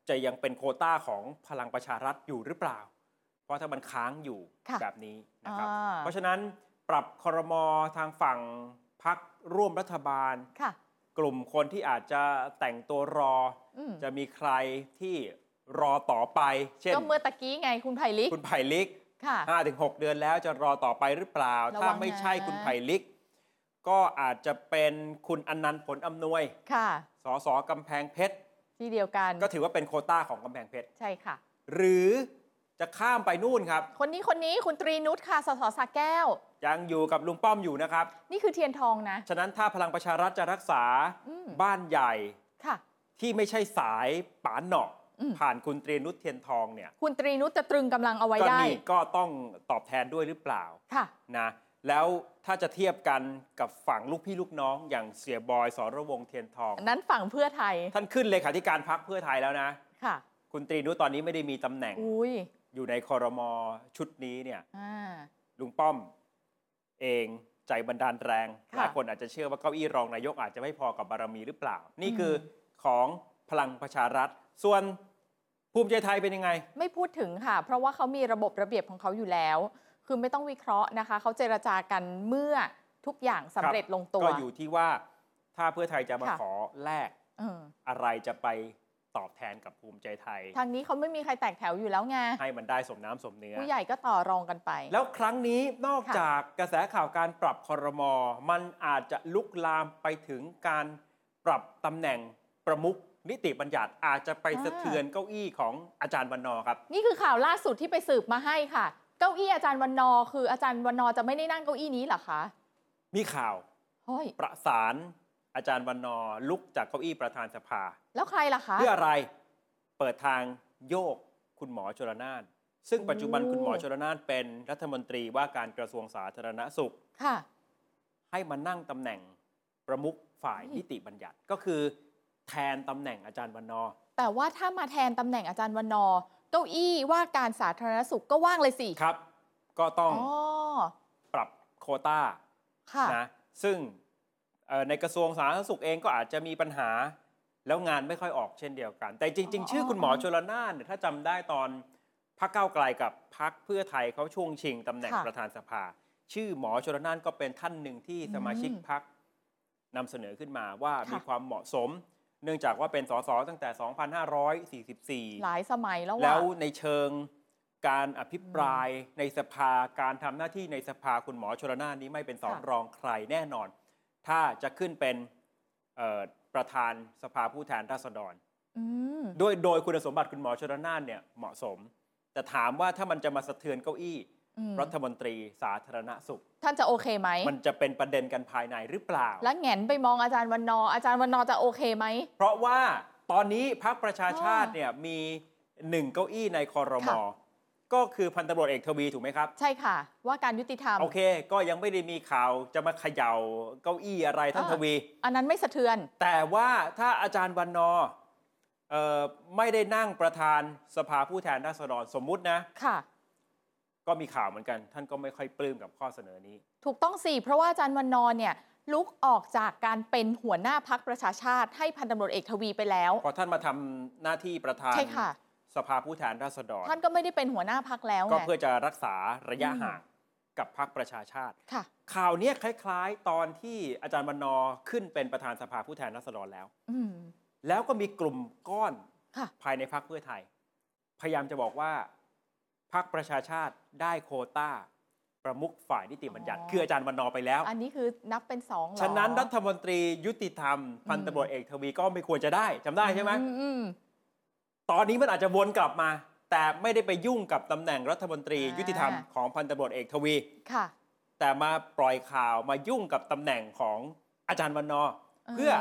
Speaker 2: จะยังเป็นโควต้าของพลังประชารัฐอยู่หรือเปล่าเพราะถ้ามันค้างอยู่แบบนี้นะครับเพราะฉะนั้นปรับครม.ทางฝั่งพรรคร่วมรัฐบาลกลุ่มคนที่อาจจะแต่งตัวรอจะมีใครที่รอต่อไปเช่น
Speaker 3: ก็เมื่อตะกี้ไงคุณไผ่ลิก
Speaker 2: คุณไผ่ลิกห้าถึงหกเดือนแล้วจะรอต่อไปหรือเปล่าถ้าไม่ใช่คุณไผ่ลิกก็อาจจะเป็นคุณอนันต์ผลอำนวยสสกำแพงเพชร
Speaker 3: ที่เดียวกัน
Speaker 2: ก็ถือว่าเป็นโควต้าของกำแพงเพชร
Speaker 3: ใช่ค่ะ
Speaker 2: หรือจะข้ามไปนู่นครับ
Speaker 3: คนนี้คนนี้คุณตรีนุชค่ะสสสระแก้ว
Speaker 2: ยังอยู่กับลุงป้อมอยู่นะครับ
Speaker 3: นี่คือเทียนทองนะ
Speaker 2: ฉะนั้นถ้าพลังประชารัฐจะรักษาบ้านใหญ่ที่ไม่ใช่สายป๋าเหนาะผ่านคุณตรีนุชเทียนทองเนี่ย
Speaker 3: คุณตรีนุชจะตรึงกำลังเอาไว้ได้
Speaker 2: ก็นี่ก็ต้องตอบแทนด้วยหรือเปล่า
Speaker 3: ค่ะ
Speaker 2: นะแล้วถ้าจะเทียบกันกับฝั่งลูกพี่ลูกน้องอย่างเสียบอยสรวงศ์เทียนทอง
Speaker 3: นั้นฝั่งเพื่อไทย
Speaker 2: ท่านขึ้นเลขาธิการพรรคเพื่อไทยแล้วนะ
Speaker 3: ค่ะ
Speaker 2: คุณตรีนุชตอนนี้ไม่ได้มีตำแหน่ง
Speaker 3: อ,
Speaker 2: อยู่ในครม.ชุดนี้เนี่ยลุงป้อมเองใจบันดาลแรงหลายคนอาจจะเชื่อว่าเก้าอี้รองนายกอาจจะไม่พอกับบารมีหรือเปล่านี่คือของพลังประชารัฐส่วนภูมิใจไทยเป็นยังไง
Speaker 3: ไม่พูดถึงค่ะเพราะว่าเขามีระบบระเบียบของเขาอยู่แล้วคือไม่ต้องวิเคราะห์นะคะเขาเจรจากันเมื่อทุกอย่างสำเร็จลงตัว
Speaker 2: ก็อยู่ที่ว่าถ้าเพื่อไทยจะมาขอแลกอะไรจะไปตอบแทนกับภูมิใจไทย
Speaker 3: ทางนี้เขาไม่มีใครแตกแถวอยู่แล้วไง
Speaker 2: ให้มันได้สมน้ำสมเนื้อ
Speaker 3: ผู้ใหญ่ก็ต่อรองกันไป
Speaker 2: แล้วครั้งนี้นอกจากกระแสข่าวการปรับครม.มันอาจจะลุกลามไปถึงการปรับตำแหน่งประมุขนิติบัญญัติอาจจะไปสะเทือนเก้าอี้ของอาจารย์วันนอร์ครับ
Speaker 3: นี่คือข่าวล่าสุดที่ไปสืบมาให้ค่ะเก้าอี้อาจารย์วันนอร์คืออาจารย์วันนอร์จะไม่ได้นั่งเก้าอี้นี้หรอคะ
Speaker 2: มีข่าวประสานอาจารย์วันนอร์ลุกจากเก้าอี้ประธานสภา
Speaker 3: แล้วใครล่ะคะ
Speaker 2: เพื่ออะไรเปิดทางโยกคุณหมอชลน่านซึ่งปัจจุบันคุณหมอชลน่านเป็นรัฐมนตรีว่าการกระทรวงสาธารณสุข
Speaker 3: ค่ะ
Speaker 2: ให้มานั่งตำแหน่งประมุขฝ่ายนิติบัญญัติก็คือแทนตำแหน่งอาจารย์วันนอร์
Speaker 3: แต่ว่าถ้ามาแทนตำแหน่งอาจารย์วันนอร์เก้าอี้ว่าการสาธารณสุขก็ว่างเลยสิ
Speaker 2: ครับก็ต้องปรับโควต้านะซึ่งในกระทรวงสาธารณสุขเองก็อาจจะมีปัญหาแล้วงานไม่ค่อยออกเช่นเดียวกันแต่จริงๆชื่อคุณหมอชลน่านเนี่ยถ้าจำได้ตอนพรรคก้าวไกลกับพรรคเพื่อไทยเขาช่วงชิงตำแหน่งประธานสภาชื่อหมอชลน่านก็เป็นท่านหนึ่งที่สมาชิกพรรคนำเสนอขึ้นมาว่ามีความเหมาะสมเนื่องจากว่าเป็นสสตั้งแต่ สองพันห้าร้อยสี่สิบสี่
Speaker 3: หลายสมัยแล้ว
Speaker 2: แล้วในเชิงการอภิปรายในสภาการทำหน้าที่ในสภาคุณหมอชลน่านนี้ไม่เป็นสองรองใครแน่นอนถ้าจะขึ้นเป็นประธานสภาผู้แทนราษฎรโดยโดยคุณสมบัติคุณหมอชลน่านเนี่ยเหมาะสมแต่ถามว่าถ้ามันจะมาสะเทือนเก้าอี้รัฐมนตรีสาธารณสุข
Speaker 3: ท่านจะโอเคไหม
Speaker 2: มันจะเป็นประเด็นกันภายในหรือเปล่า
Speaker 3: แล้วแหงนไปมองอาจารย์วันนอร์อาจารย์วันนอร์จะโอเคไหม
Speaker 2: เพราะว่าตอนนี้พรรคประชาชาติเนี่ยมีหนึ่งเก้าอี้ในครม.ก็คือพันตำรวจเอกทวีถูกไหมครับ
Speaker 3: ใช่ค่ะว่าการยุติธรรม
Speaker 2: โอเคก็ยังไม่ได้มีข่าวจะมาเขย่าเก้าอี้อะไรท่านทวี
Speaker 3: อันนั้นไม่สะเทือน
Speaker 2: แต่ว่าถ้าอาจารย์วันนอร์ไม่ได้นั่งประธานสภาผู้แทนราษฎรสมมุตินะ
Speaker 3: ค่ะ
Speaker 2: ก็มีข่าวเหมือนกันท่านก็ไม่ค่อยปลื้มกับข้อเสนอนี้
Speaker 3: ถูกต้องสิเพราะว่าอาจารย์วันนอร์เนี่ยลุกออกจากการเป็นหัวหน้าพรรคประชาชาติให้พันตำรวจเอกทวีไปแล้ว
Speaker 2: พอท่านมาทำหน้าที่ประธาน
Speaker 3: ใช่ค่ะ
Speaker 2: สภาผู้แทนราษฎร
Speaker 3: ท่านก็ไม่ได้เป็นหัวหน้าพรรคแล้ว
Speaker 2: ก็เพื่อจะรักษาระยะห่างกับพรรคประชาชาติข่าวนี้คล้ายๆตอนที่อาจารย์วันนอร์ขึ้นเป็นประธานสภาผู้แทนราษฎรแล้วแล้วก็มีกลุ่มก้อนภายในพรรคเพื่อไทยพยายามจะบอกว่าพรรคประชาชาติได้โควต้าประมุขฝ่ายนิติบัญญัติคืออาจารย์วันนอร์ไปแล้ว
Speaker 3: อันนี้คือนับเป็นสองหรอ
Speaker 2: ฉะนั้นรัฐมนตรียุติธรรมพันตำรวจเอกทวีก็ไม่ควรจะได้จำได้ใช่ไหมตอนนี้มันอาจจะวนกลับมาแต่ไม่ได้ไปยุ่งกับตำแหน่งรัฐมนตรียุติธรรมของพันตำรวจเอกทวี
Speaker 3: ค่ะ
Speaker 2: แต่มาปล่อยข่าวมายุ่งกับตำแหน่งของอาจารย์วันนอร์เพื่อ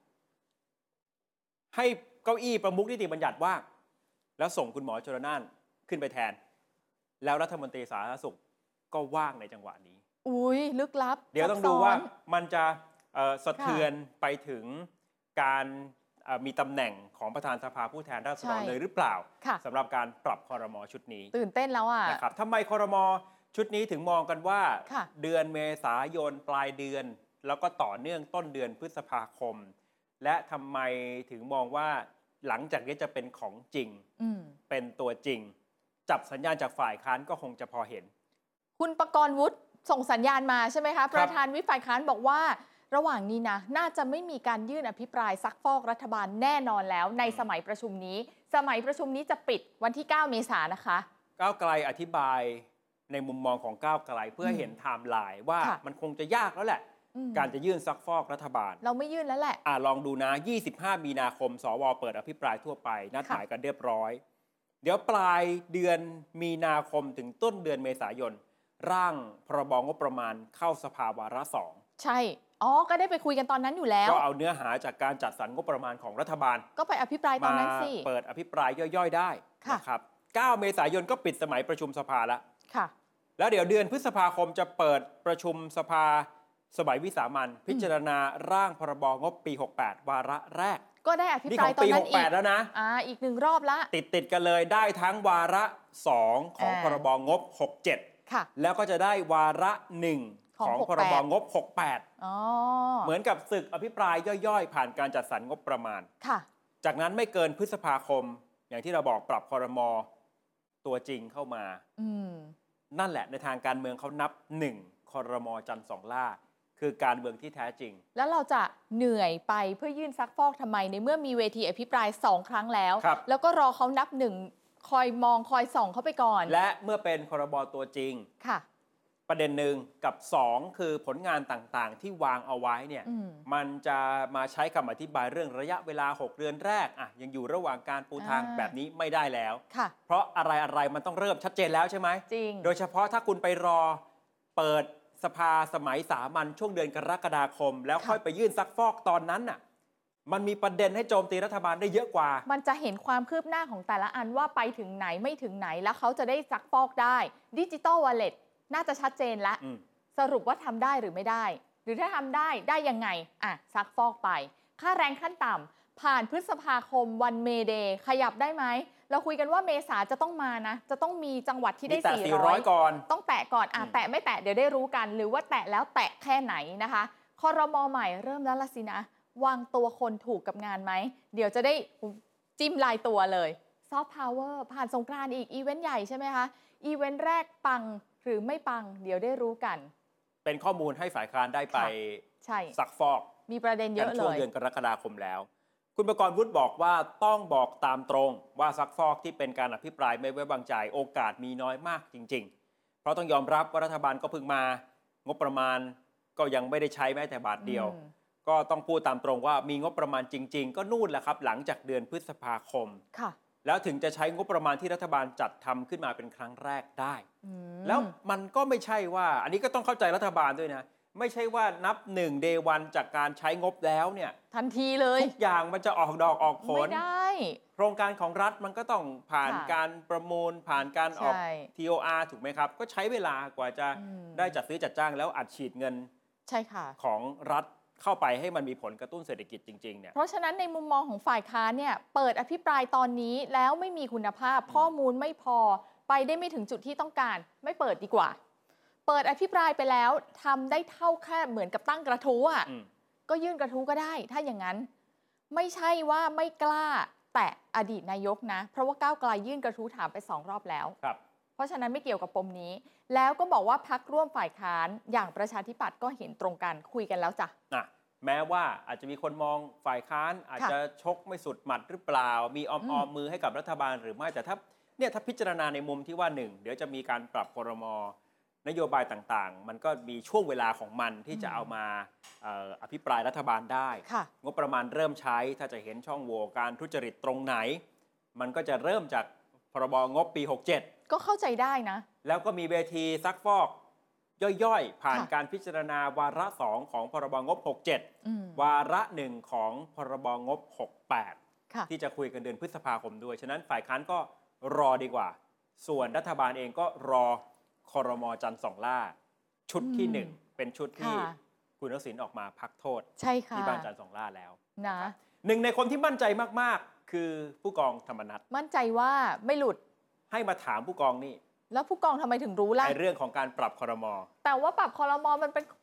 Speaker 2: ให้เก้าอี้ประมุขนิติบัญญัติว่างแล้วส่งคุณหมอชลน่านขึ้นไปแทนแล้วรัฐมนตรีสาธารณสุขก็ว่างในจังหวะนี้
Speaker 3: อุ้ยลึกลับ
Speaker 2: เดี๋ยวต้องดูว่ามันจะสะเทือนไปถึงการมีตำแหน่งของประธานสภาผู้แทนราษฎรเลยหรือเปล่าสำหรับการปรับครม.ชุดนี้
Speaker 3: ตื่นเต้นแล้วอ่ะ
Speaker 2: นะครับทำไมครม.ชุดนี้ถึงมองกันว่าเดือนเมษายนปลายเดือนแล้วก็ต่อเนื่องต้นเดือนพฤษภาคมและทำไมถึงมองว่าหลังจากนี้จะเป็นของจริง
Speaker 3: อืม
Speaker 2: เป็นตัวจริง จับสัญญาณจากฝ่ายค้านก็คงจะพอเห็น
Speaker 3: คุณประกรณ์วุฒิส่งสัญญาณมาใช่ไหมคะประธานวิปฝ่ายค้านบอกว่าระหว่างนี้นะน่าจะไม่มีการยื่นอภิปรายซักฟอกรัฐบาลแน่นอนแล้วในสมัยประชุมนี้สมัยประชุมนี้จะปิดวันที่เก้าเมษายนนะคะ
Speaker 2: ก้าวไกลอธิบายในมุมมองของก้าวไกลเพื่อเห็นไทม์ไลน์ว่ามันคงจะยากแล้วแหละการจะยื่นซักฟอกรัฐบาล
Speaker 3: เราไม่ยื่นแล้วแหละ
Speaker 2: อ่าลองดูนะยี่สิบห้ามีนาคมสวเปิดอภิปรายทั่วไปนัดหมายกันเรียบร้อยเดี๋ยวปลายเดือนมีนาคมถึงต้นเดือนเมษายนร่างพรบงบประมาณเข้าสภาวาระสอง
Speaker 3: ใช่อ๋อก็ได้ไปคุยกันตอนนั้นอยู่แล้ว
Speaker 2: ก็เอาเนื้อหาจากการจัดสรรงบประมาณของรัฐบาล
Speaker 3: ก็ไปอภิปรายตอนนั้นสิ
Speaker 2: เปิดอภิปรายย่อยๆได้นะครับเก้าเมษายนก็ปิดสมัยประชุมสภาแล้ว
Speaker 3: ค่ะ
Speaker 2: แล้วเดี๋ยวเดือนพฤษภาคมจะเปิดประชุมสภาสมัยวิสามัญพิจารณาร่างพรบงบปีหกแปดวาระแรก
Speaker 3: ก็ได้อภิปรายตอนนั้นอีก
Speaker 2: แล้วนะ
Speaker 3: อ่าอีกหนึ่งรอบละ
Speaker 2: ติดติดกันเลยได้ทั้งวาระสองของพรบงบหกเจ็ด
Speaker 3: ค่ะ
Speaker 2: แล้วก็จะได้วาระหนึ่งของพรบงบหกแปด
Speaker 3: อ๋อ
Speaker 2: เหมือนกับศึกอภิปรายย่อยๆ ผ่านการจัดสรรงบประมาณ
Speaker 3: ค่ะ
Speaker 2: จากนั้นไม่เกินพฤษภาคมอย่างที่เราบอกปรับครม.ตัวจริงเข้ามา
Speaker 3: อืม
Speaker 2: นั่นแหละในทางการเมืองเขานับหนึ่งครม.จันทร์สองล่าคือการเมืองที่แท้จริง
Speaker 3: แล้วเราจะเหนื่อยไปเพื่อยื่นซักฟอกทำไมในเมื่อมีเวทีอภิปรายสองครั้งแล้วแล้วก็รอเขานับหนึ่งคอยมองคอยส่องเข้าไปก่อน
Speaker 2: และเมื่อเป็นครม.ตัวจริง
Speaker 3: ค่ะ
Speaker 2: ประเด็นหนึ่งกับสองคือผลงานต่างๆที่วางเอาไว้เนี่ยมมันจะมาใช้คำอธิบายเรื่องระยะเวลาหกเดือนแรกอ่ะยังอยู่ระหว่างการปูทางแบบนี้ไม่ได้แล้วเพราะอะไรอะไรมันต้องเริ่มชัดเจนแล้วใช่ไหม
Speaker 3: จริง
Speaker 2: โดยเฉพาะถ้าคุณไปรอเปิดสภาสมัยสามัญช่วงเดือนกรกฎาคมแล้วค่อยไปยื่นซักฟอกตอนนั้นน่ะมันมีประเด็นให้โจมตีรัฐบาลได้เยอะกว่า
Speaker 3: มันจะเห็นความคืบหน้าของแต่ละอันว่าไปถึงไหนไม่ถึงไหนแล้วเขาจะได้ซักฟอกได้ดิจิตอลวอลเล็ตน่าจะชัดเจนแล้วสรุปว่าทำได้หรือไม่ได้หรือถ้าทำได้ได้ยังไงอ่ะซักฟอกไปค่าแรงขั้นต่ำผ่านพฤษภาคมวันเมเดย์ขยับได้ไหมเราคุยกันว่าเมษาจะต้องมานะจะต้องมีจังหวัดที่ได้สี่ร้อย
Speaker 2: ก่อน
Speaker 3: ต้องแตะก่อนอ่ะแตะไม่แตะเดี๋ยวได้รู้กันหรือว่าแตะแล้วแตะแค่ไหนนะคะครม.ใหม่เริ่มแล้วละสินะวางตัวคนถูกกับงานไหมเดี๋ยวจะได้จิ้มลายตัวเลยซอฟต์พาวเวอร์ผ่านสงกรานต์อีกอีเวนต์ใหญ่ใช่ไหมคะอีเวนต์แรกปังหรือไม่ปังเดี๋ยวได้รู้กัน
Speaker 2: เป็นข้อมูลให้ฝ่ายค้านได้ไปซักฟอก
Speaker 3: มีประเด็นเยอะเลย
Speaker 2: ช่วงเดือนกรกฎาคมแล้วคุณประกรณ์วุฒิบอกว่าต้องบอกตามตรงว่าซักฟอกที่เป็นการอภิปรายไม่ไว้วางใจโอกาสมีน้อยมากจริงๆเพราะต้องยอมรับว่ารัฐบาลก็เพิ่งมางบประมาณก็ยังไม่ได้ใช้แม้แต่บาทเดียวก็ต้องพูดตามตรงว่ามีงบประมาณจริงๆก็นู่นแหละครับหลังจากเดือนพฤษภาคมแล้วถึงจะใช้งบประมาณที่รัฐบาลจัดทำขึ้นมาเป็นครั้งแรกได้แล้วมันก็ไม่ใช่ว่าอันนี้ก็ต้องเข้าใจรัฐบาลด้วยนะไม่ใช่ว่านับหนึ่งเดวันจากการใช้งบแล้วเนี่ย
Speaker 3: ทันทีเลย
Speaker 2: ทุกอย่างมันจะออกดอกออกผล
Speaker 3: ไม่ได้
Speaker 2: โครงการของรัฐมันก็ต้องผ่านการประมูลผ่านการออก ที โอ อาร์ ถูกไหมครับก็ใช้เวลากว่าจะได้จัดซื้อจัดจ้างแล้วอัดฉีดเงิน
Speaker 3: ใช่ค่ะ
Speaker 2: ของรัฐเข้าไปให้มันมีผลกระตุ้นเศรษฐกิจจริงๆเนี่ย
Speaker 3: เพราะฉะนั้นในมุมมองของฝ่ายค้านเนี่ยเปิดอภิปรายตอนนี้แล้วไม่มีคุณภาพข้อมูลไม่พอไปได้ไม่ถึงจุดที่ต้องการไม่เปิดดีกว่าเปิดอภิปรายไปแล้วทำได้เท่าแค่เหมือนกับตั้งกระทู้อ่ะก็ยื่นกระทู้ก็ได้ถ้าอย่างนั้นไม่ใช่ว่าไม่กล้าแต่อดีตนายกนะเพราะว่าก้าวไกลยื่นกระทู้ถามไปสองรอบแล้วเพราะฉะนั้นไม่เกี่ยวกับปมนี้แล้วก็บอกว่าพรรคร่วมฝ่ายค้านอย่างประชาธิปัตย์ก็เห็นตรงกันคุยกันแล้วจ้ะ
Speaker 2: แม้ว่าอาจจะมีคนมองฝ่ายค้านอาจจะชกไม่สุดหมัดหรือเปล่ามีออมออมมือให้กับรัฐบาลหรือไม่แต่ถ้าเนี่ยถ้าพิจารณาในมุมที่ว่าหนึ่งเดี๋ยวจะมีการปรับครม.นโยบายต่างๆมันก็มีช่วงเวลาของมันที่จะเอามาอภิปรายรัฐบาลได้งบประมาณเริ่มใช้ถ้าจะเห็นช่องโหว่การทุจริตตรงไหนมันก็จะเริ่มจากพรบงบปีหกเจ็ด
Speaker 3: ก็เข้าใจได้นะ
Speaker 2: แล้วก็มีเวทีซักฟอกย่อยๆผ่านการพิจารณาวาระสองของพรบงบหกเจ็ดวาระหนึ่งของพรบงบหกแปดที่จะคุยกันเดือนพฤษภาคมด้วยฉะนั้นฝ่ายค้านก็รอดีกว่าส่วนรัฐบาลเองก็รอครม.จันทร์สองล่าชุดที่หนึ่งเป็นชุดที่คุณทักษิณออกมาพักโทษที่บ้านจันทร์สองล่าแล้ว
Speaker 3: นะ
Speaker 2: หนึ่งในคนที่มั่นใจมากๆคือผู้กองธรรมนัส
Speaker 3: มั่นใจว่าไม่หลุด
Speaker 2: ให้มาถามผู้กองนี่
Speaker 3: แล้วผู้กองทำไมถึงรู้ล่ะ
Speaker 2: ในเรื่องของการปรับครม.
Speaker 3: แต่ว่าปรับครม.มันเป็น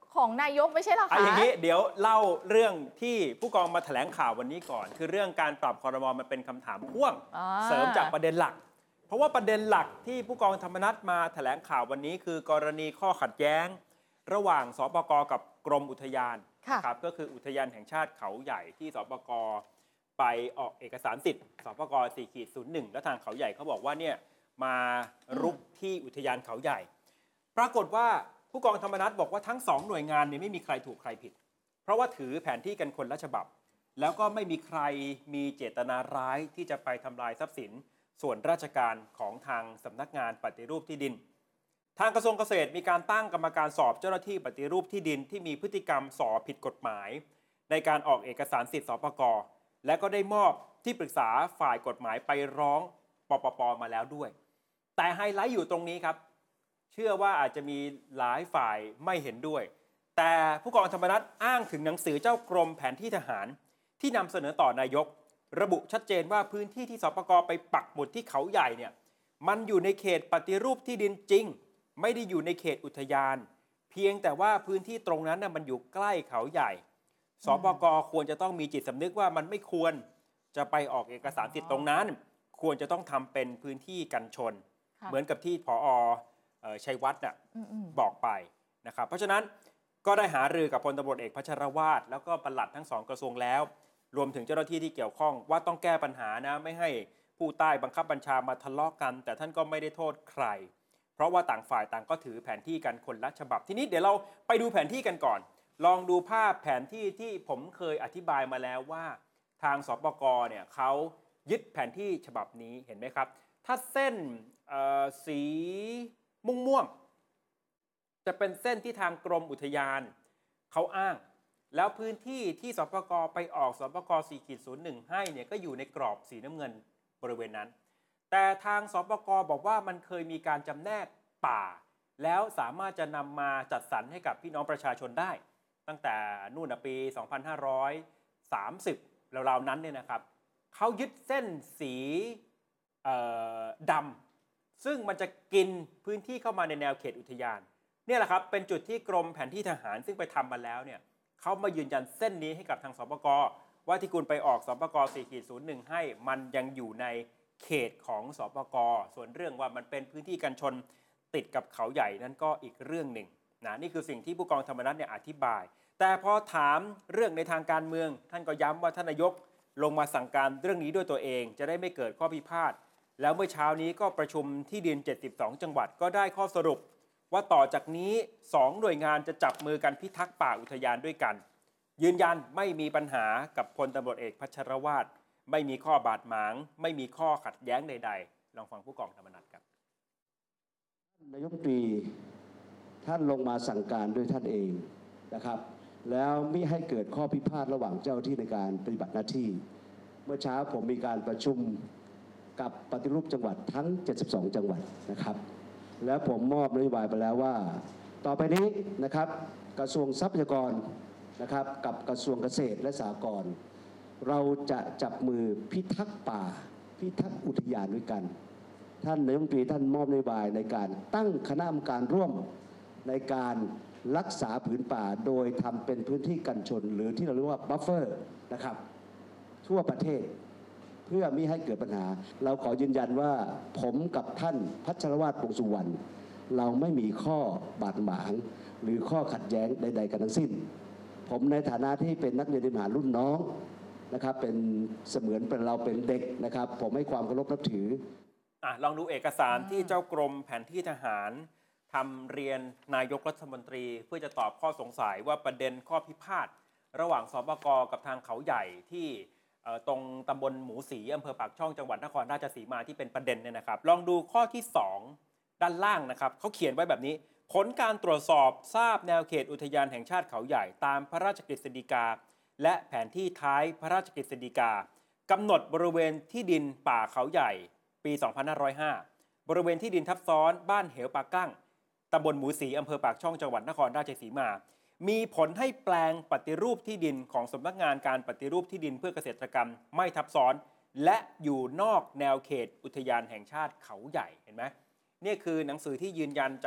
Speaker 3: ของนายกไม่ใช่หรอคะ
Speaker 2: อย่างนี้เดี๋ยวเล่าเรื่องที่ผู้กองมาแถลงข่าววันนี้ก่อน คือเรื่องการปรับครม.มันเป็นคำถามพ่วงเสริมจากประเด็นหลัก เพราะว่าประเด็นหลักที่ผู้กองธรรมนัสมาแถลงข่าววันนี้คือกรณีข้อขัดแย้งระหว่างสปก.กับกรมอุทยานครับก็คืออุทยานแห่งชาติเขาใหญ่ที่สปก.ไปออกเอกสารสิทธิ์สปก.สี่ขีดศูนย์หนึ่งแล้วทางเขาใหญ่เขาบอกว่าเนี่ยมารุกที่อุทยานเขาใหญ่ปรากฏว่าผู้กองธรรมนัสบอกว่าทั้งสองหน่วยงานเนี่ยไม่มีใครถูกใครผิดเพราะว่าถือแผนที่กันคนละฉบับแล้วก็ไม่มีใครมีเจตนาร้ายที่จะไปทำลายทรัพย์สินส่วนราชการของทางสำนักงานปฏิรูปที่ดินทางกระทรวงเกษตรมีการตั้งกรรมการสอบเจ้าหน้าที่ปฏิรูปที่ดินที่มีพฤติกรรมสอบผิดกฎหมายในการออกเอกสารสิทธิสปก.และก็ได้มอบที่ปรึกษาฝ่ายกฎหมายไปร้องปปป.มาแล้วด้วยแต่ไฮไลท์อยู่ตรงนี้ครับเชื่อว่าอาจจะมีหลายฝ่ายไม่เห็นด้วยแต่ผู้กองธรรมนัสอ้างถึงหนังสือเจ้ากรมแผนที่ทหารที่นำเสนอต่อนายกระบุชัดเจนว่าพื้นที่ที่สปก.ไปปักหมุดที่เขาใหญ่เนี่ยมันอยู่ในเขตปฏิรูปที่ดินจริงไม่ได้อยู่ในเขตอุทยานเพียงแต่ว่าพื้นที่ตรงนั้นน่ะมันอยู่ใกล้เขาใหญ่สปก.ควรจะต้องมีจิตสำนึกว่ามันไม่ควรจะไปออกเอกสารสิทธิ์ตรงนั้นควรจะต้องทำเป็นพื้นที่กันชนเหมือนกับที่ผอ.ชัยวัฒน์น่ะบอกไปนะครับเพราะฉะนั้นก็ได้หารือกับพลตำรวจเอกพัชรวาทแล้วก็ปลัดทั้งสองกระทรวงแล้วรวมถึงเจ้าหน้าที่ที่เกี่ยวข้องว่าต้องแก้ปัญหานะไม่ให้ผู้ใต้บังคับบัญชามาทะเลาะกันแต่ท่านก็ไม่ได้โทษใครเพราะว่าต่างฝ่ายต่างก็ถือแผนที่กันคนละฉบับทีนี้เดี๋ยวเราไปดูแผนที่กันก่อนลองดูภาพแผนที่ที่ผมเคยอธิบายมาแล้วว่าทางสปก.เนี่ยเขายึดแผนที่ฉบับนี้เห็นไหมครับถ้าเส้นสีม่วงๆจะเป็นเส้นที่ทางกรมอุทยานเขาอ้างแล้วพื้นที่ที่สปก.ไปออกสปก.สี่ขีดศูนย์หนึ่งให้เนี่ยก็อยู่ในกรอบสีน้ำเงินบริเวณนั้นแต่ทางสปก.บอกว่ามันเคยมีการจำแนกป่าแล้วสามารถจะนำมาจัดสรรให้กับพี่น้องประชาชนได้ตั้งแต่นู่นปี สองพันห้าร้อยสามสิบ ราวๆนั้นเนี่ยนะครับเขายึดเส้นสีดำซึ่งมันจะกินพื้นที่เข้ามาในแนวเขตอุทยานเนี่ยแหละครับเป็นจุดที่กรมแผนที่ทหารซึ่งไปทำมาแล้วเนี่ยเขามายืนยันเส้นนี้ให้กับทางสปก.ว่าที่คุณไปออกสปก.สี่ขีดศูนย์หนึ่งให้มันยังอยู่ในเขตของสปก.ส่วนเรื่องว่ามันเป็นพื้นที่กันชนติดกับเขาใหญ่นั่นก็อีกเรื่องหนึ่งนะนี่คือสิ่งที่ผู้กองธรรมนัสเนี่ยอธิบายแต่พอถามเรื่องในทางการเมืองท่านก็ย้ำว่าท่านนายกลงมาสั่งการเรื่องนี้ด้วยตัวเองจะได้ไม่เกิดข้อพิพาทแล้วเมื่อเช้านี้ก็ประชุมที่ดินเจ็ดสิบสองจังหวัดก็ได้ข้อสรุปว่าต่อจากนี้สองหน่วยงานจะจับมือกันพิทักษ์ป่าอุทยานด้วยกันยืนยันไม่มีปัญหากับพลตำรวจเอกพัชรวาทไม่มีข้อบาดหมางไม่มีข้อขัดแย้งใดๆลองฟังผู้กองธรรมนัสครับ
Speaker 4: นายกรัฐมนตรีท่านลงมาสั่งการด้วยท่านเองนะครับแล้วไม่ให้เกิดข้อพิพาทระหว่างเจ้าหน้าที่ในการปฏิบัติหน้าที่เมื่อเช้าผมมีการประชุมกับปฏิรูปจังหวัดทั้งเจ็ดสิบสองจังหวัดนะครับแล้วผมมอบนโยบายไปแล้วว่าต่อไปนี้นะครับกระทรวงทรัพยากรนะครับกับกระทรวงเกษตรและสหกรณ์เราจะจับมือพิทักษ์ป่าพิทักษ์อุทยานด้วยกันท่านนายกรัฐมนตรีท่านมอบนโยบายในการตั้งคณะกรรมการร่วมในการรักษาผืนป่าโดยทำเป็นพื้นที่กันชนหรือที่เราเรียกว่าบัฟเฟอร์นะครับทั่วประเทศเพื่อมิให้เกิดปัญหาเราขอยืนยันว่าผมกับท่านพัชรวาท วงษ์สุวรรณเราไม่มีข้อบาดหมางหรือข้อขัดแย้งใดๆกันทั้งสิ้นผมในฐานะที่เป็นนักเรียนทหารรุ่นน้องนะครับเป็นเสมือนเป็นเราเป็นเด็กนะครับผมให้ความเคารพนับถือ
Speaker 2: อ่ะลองดูเอกสารที่เจ้ากรมแผนที่ทหารทำเรียนนายกรัฐมนตรีเพื่อจะตอบข้อสงสัยว่าประเด็นข้อพิพาทระหว่างสปก.กับทางเขาใหญ่ที่ตรงตำบลหมูสีอำเภอปากช่องจังหวัดนครราชสีมาที่เป็นประเด็นเนี่ยนะครับลองดูข้อที่สองด้านล่างนะครับเขาเขียนไว้แบบนี้ผลการตรวจสอบทราบแนวเขตอุทยานแห่งชาติเขาใหญ่ตามพระราชกฤษฎีกาและแผนที่ท้ายพระราชกฤษฎีกากำหนดบริเวณที่ดินป่าเขาใหญ่ปี สองพันห้าร้อยห้า บริเวณที่ดินทับซ้อนบ้านเหวปากกั้งตำบลหมูสีอำเภอปากช่องจังหวัดนครราชสีมามีผลให้แปลงปฏิรูปที่ดินของสำนักงานการปฏิรูปที่ดินเพื่อเกษตรกรรมไม่ทับซ้อนและอยู่นอกแนวเขตอุทยานแห่งชาติเขาใหญ่เห็นไหมนี่คือหนังสือที่ยืนยันจาก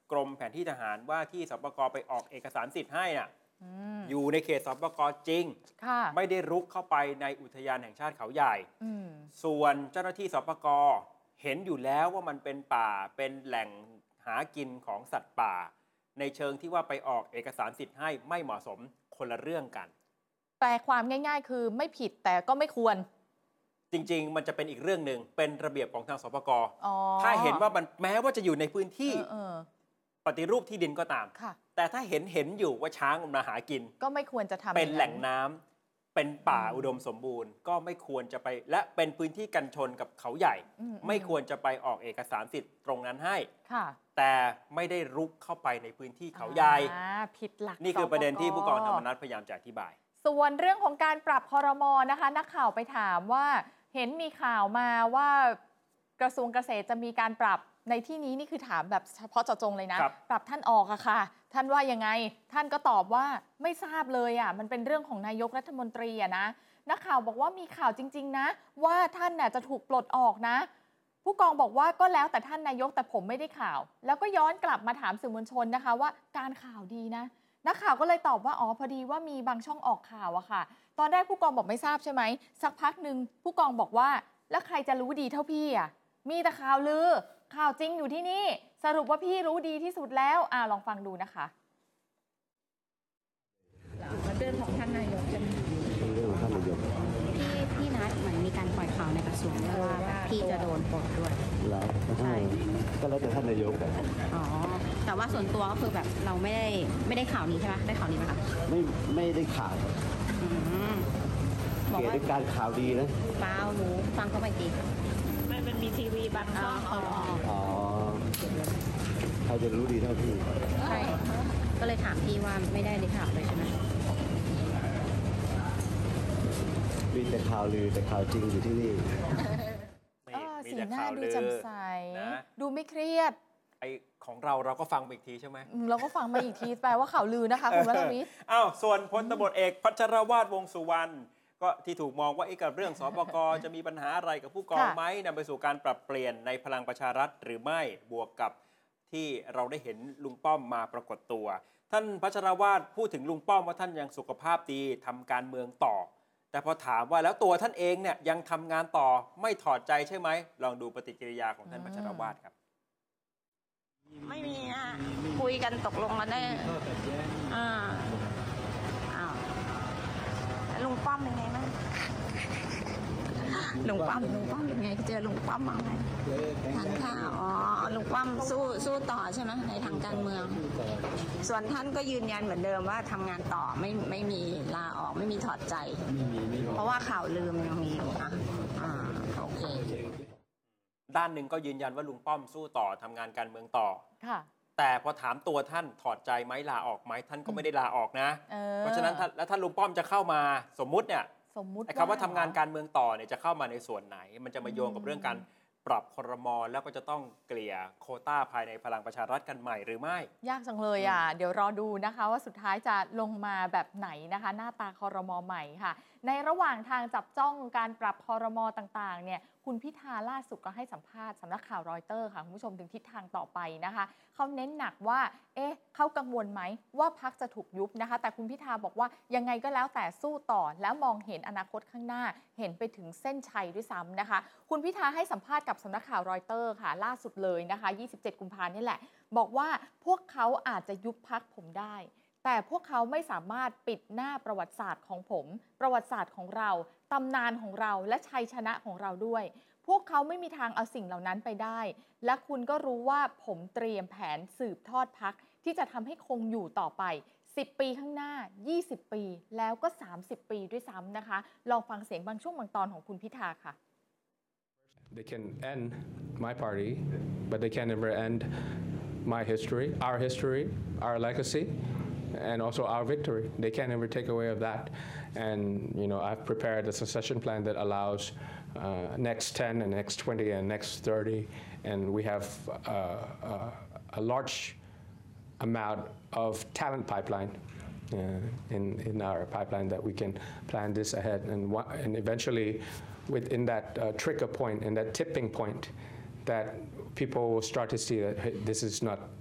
Speaker 2: กรมแผนที่ทหารว่าที่สปกไปออกเอกสารสิทธิ์ให้น่ะ
Speaker 3: อืม
Speaker 2: อยู่ในเขตสปกจริง
Speaker 3: ค่ะ
Speaker 2: ไม่ได้รุกเข้าไปในอุทยานแห่งชาติเขาใหญ่
Speaker 3: อืม
Speaker 2: ส่วนเจ้าหน้าที่สปกเห็นอยู่แล้วว่ามันเป็นป่าเป็นแหล่งหากินของสัตว์ป่า ในเชิงที่ว่าไปออกเอกสารสิทธิ์ให้ไม่เหมาะสมคนละเรื่องกัน
Speaker 3: แปลความง่าย ๆ คือไม่ผิดแต่ก็ไม่ควร
Speaker 2: จริงๆ มันจะเป็นอีกเรื่องหนึ่งเป็นระเบียบของทางสปก
Speaker 3: อ๋อ
Speaker 2: ถ้าเห็นว่ามันแม้ว่าจะอยู่ในพื้นที่
Speaker 3: เออ
Speaker 2: ปฏิรูปที่ดินก็ตาม
Speaker 3: ๆค่ะ
Speaker 2: แต่ถ้าเห็นเห็นอยู่ว่าช้างมันมาหากิน
Speaker 3: ก็ไม่ควรจะทำ
Speaker 2: เป็น
Speaker 3: อย่า
Speaker 2: แหล่งน้ำเป็นป่า
Speaker 3: อืม
Speaker 2: อุดมสมบูรณ์ ก็ไม่ควรจะไปและเป็นพื้นที่กันชนกับเขาใหญ่
Speaker 3: อืม
Speaker 2: ไม่ควรจะไปออกเอกสารสิทธิ์ตรงนั้นให้
Speaker 3: ค่ะ
Speaker 2: แต่ไม่ได้รุกเข้าไปในพื้นที่เขาใหญ่
Speaker 3: อ่าผิดหลัก
Speaker 2: นี่คือประเด็นที่ผู้กองธรรม
Speaker 3: สป
Speaker 2: นัสพยายามจะอธิบาย
Speaker 3: ส่วนเรื่องของการปรับครมนะคะ นักข่าวไปถามว่าเห็นมีข่าวมาว่ากระทรวงเกษตรจะมีการปรับในที่นี้นี่คือถามแบบเฉพาะเจาะจงเลยนะ
Speaker 2: ครับ
Speaker 3: ปรับท่านออกอะค่ะ ท่านว่ายังไง ท่านก็ตอบว่าไม่ทราบเลยอะมันเป็นเรื่องของนายกรัฐมนตรีอะนะนักข่าวบอกว่ามีข่าวจริง ๆ นะ ว่าท่านน่ะจะถูกปลดออกนะ ผู้กองบอกว่าก็แล้วแต่ท่านนายกแต่ผมไม่ได้ข่าว แล้วก็ย้อนกลับมาถามสื่อมวลชนนะคะว่าการข่าวดีนะ นักข่าวก็เลยตอบว่าอ๋อพอดีว่ามีบางช่องออกข่าวอะค่ะ ตอนแรกผู้กองบอกไม่ทราบใช่ไหมสักพักหนึ่งผู้กองบอกว่าแล้วใครจะรู้ดีเท่าพี่อะมีแต่ข่าวลือข่าวจริงอยู่ที่นี่ สรุปว่าพี่รู้ดีที่สุดแล้วอ่าลองฟังดูนะคะ
Speaker 5: เรื่องของท่านนายกจะมี
Speaker 4: เรื่องของท่านนายก
Speaker 5: ที่ที่นัดเหมือนมีการปล่อยข่าวในกระทรวงด้วยว่าพี่จะโดนปลดด้วย
Speaker 4: แล้ว
Speaker 5: ใช่
Speaker 4: ก็แล้วแต่ท่านนายก
Speaker 5: อ๋อแต่ว่าส่วนตัวก็คือแบบเราไม่ได้ไม่ได้ข่าวนี้ใช่ไหมได้ข่าวนี้ไหมคะ
Speaker 4: ไม่ไม่ได้ข่าว
Speaker 5: อืมบอก
Speaker 4: เกี่ยว
Speaker 5: ว่า
Speaker 4: กับการข่าวดีนะ
Speaker 5: เปล่าหนูฟังเขาไปอีกที
Speaker 6: ไม่มันมีทีวีบาง
Speaker 5: อ๋
Speaker 6: ช่
Speaker 5: อ
Speaker 6: อง
Speaker 5: อ๋อ
Speaker 4: อ๋อใครจะรู้ดีเท่าพี่
Speaker 5: ใช่ก็เลยถามพี่ว่าไม่ได้ได้ข่าวเลยใช่ไหม
Speaker 4: มีแต่ข่าวลือแต่ข่าวจริงอยู่ที่นี่
Speaker 3: เออ
Speaker 2: มี
Speaker 3: สี
Speaker 2: แต่
Speaker 3: หน้า
Speaker 2: ข่าว
Speaker 3: ดู
Speaker 2: ลือ
Speaker 3: แจ่มใส
Speaker 2: นะ
Speaker 3: ดูไม่เครียด
Speaker 2: ไอของเราเราก็ฟังไปอีกทีใช่ไหม
Speaker 3: อืมเราก็ฟังมาอีกทีแปลว่าข่าวลือนะคะคุณวรวิทย์
Speaker 2: อ้าวส่วนพลตำรวจเอกพัชรวาทวงษ์สุวรรณก็ที่ถูกมองว่าไอ้กับเรื่องสปก จะมีปัญหาอะไรกับผู้กอง
Speaker 3: ค่ะ
Speaker 2: ไหมนำไปสู่การปรับเปลี่ยนในพลังประชารัฐหรือไม่บวกกับที่เราได้เห็นลุงป้อมมาปรากฏตัว ท่านพัชรวาทพูดถึงลุงป้อมว่าท่านยังสุขภาพดีทำการเมืองต่อ แต่พอถามว่าแล้วตัวท่านเองเนี่ยยังทำงานต่อไม่ถอดใจใช่ไหมลองดูปฏิกิริยาของท่านพัชรวาทครับ
Speaker 6: ไม่มีอ่ะ คุยกันตกลงกันได้อ่าอ้าวแล้วลุงป้อมเป็นไงบ้างลุงป้อมลุงป้อมเป็นไงเจอลุงป้อมมาไงทานข้าวอ๋อลุงป้อมสู้สู้ต่อใช่ไหมในทางการเมือง ส่วนท่านก็ยืนยันเหมือนเดิมว่าทำงานต่อไม่ไม่มีลาออกไม่มีถอดใจ เพราะว่าข่าวลืมยังมีอยู่อ่ะอ่าโอเค
Speaker 2: ด้านหนึ่งก็ยืนยันว่าลุงป้อมสู้ต่อทำงานการเมืองต่อ
Speaker 3: ค่ะ
Speaker 2: แต่พอถามตัวท่านถอดใจไหมลาออกไหมท่านก็ไม่ได้ลาออกนะ
Speaker 3: เออ
Speaker 2: เพราะฉะนั้นถ้าแล้วถ้าลุงป้อมจะเข้ามาสมมุติเนี่ย
Speaker 3: สมมุติ
Speaker 2: ไอ้คำว่าทำงานการเมืองต่อเนี่ยจะเข้ามาในส่วนไหน มันจะมาโยงกับเรื่องการปรับครม.แล้วก็จะต้องเกลี่ยโควต้าภายในพลังประชารัฐกันใหม่หรือไม่
Speaker 3: ยากจังเลยอ่ะ เดี๋ยวรอดูนะคะว่าสุดท้ายจะลงมาแบบไหนนะคะ หน้าตาคอรมอใหม่ค่ะ ในระหว่างทางจับจ้องการปรับคอรมอต่างๆเนี่ยคุณพิธาล่าสุดก็ให้สัมภาษณ์สำนักข่าวรอยเตอร์ค่ะคุณผู้ชมถึงทิศทางต่อไปนะคะเขาเน้นหนักว่าเอ๊ะเขากังวลไหมว่าพรรคจะถูกยุบนะคะ แต่คุณพิธาบอกว่ายังไงก็แล้วแต่สู้ต่อแล้วมองเห็นอนาคตข้างหน้าเห็นไปถึงเส้นชัยด้วยซ้ำนะคะ คุณพิธาให้สัมภาษณ์กับสำนักข่าวรอยเตอร์ค่ะล่าสุดเลยนะคะยี่สิบเจ็ดกุมภาพันธ์นี่แหละบอกว่าพวกเขาอาจจะยุบพรรคผมได้ แต่พวกเขาไม่สามารถปิดหน้าประวัติศาสตร์ของผม ประวัติศาสตร์ของเราตำนานของเราและชัยชนะของเราด้วย พวกเขาไม่มีทางเอาสิ่งเหล่านั้นไปได้ และคุณก็รู้ว่าผมเตรียมแผนสืบทอดพรรคที่จะทำให้คงอยู่ต่อไปสิบปีข้างหน้ายี่สิบปีแล้วก็สามสิบปีด้วยซ้ำนะคะลองฟังเสียงบางช่วงบางตอนของคุณพิธาค่ะ
Speaker 7: They can end my party, but they can never end my history, our history, our legacy, and also our victory. They can't ever take away of that. And you know, I've prepared a succession plan that allows uh, next ten and next twenty and next thirty, and we have uh, uh, a large amount of talent pipeline. Uh, in, in our pipeline that we can plan this ahead and, one, and eventually within that uh, trigger point and that tipping point that people will start to see that hey, this is not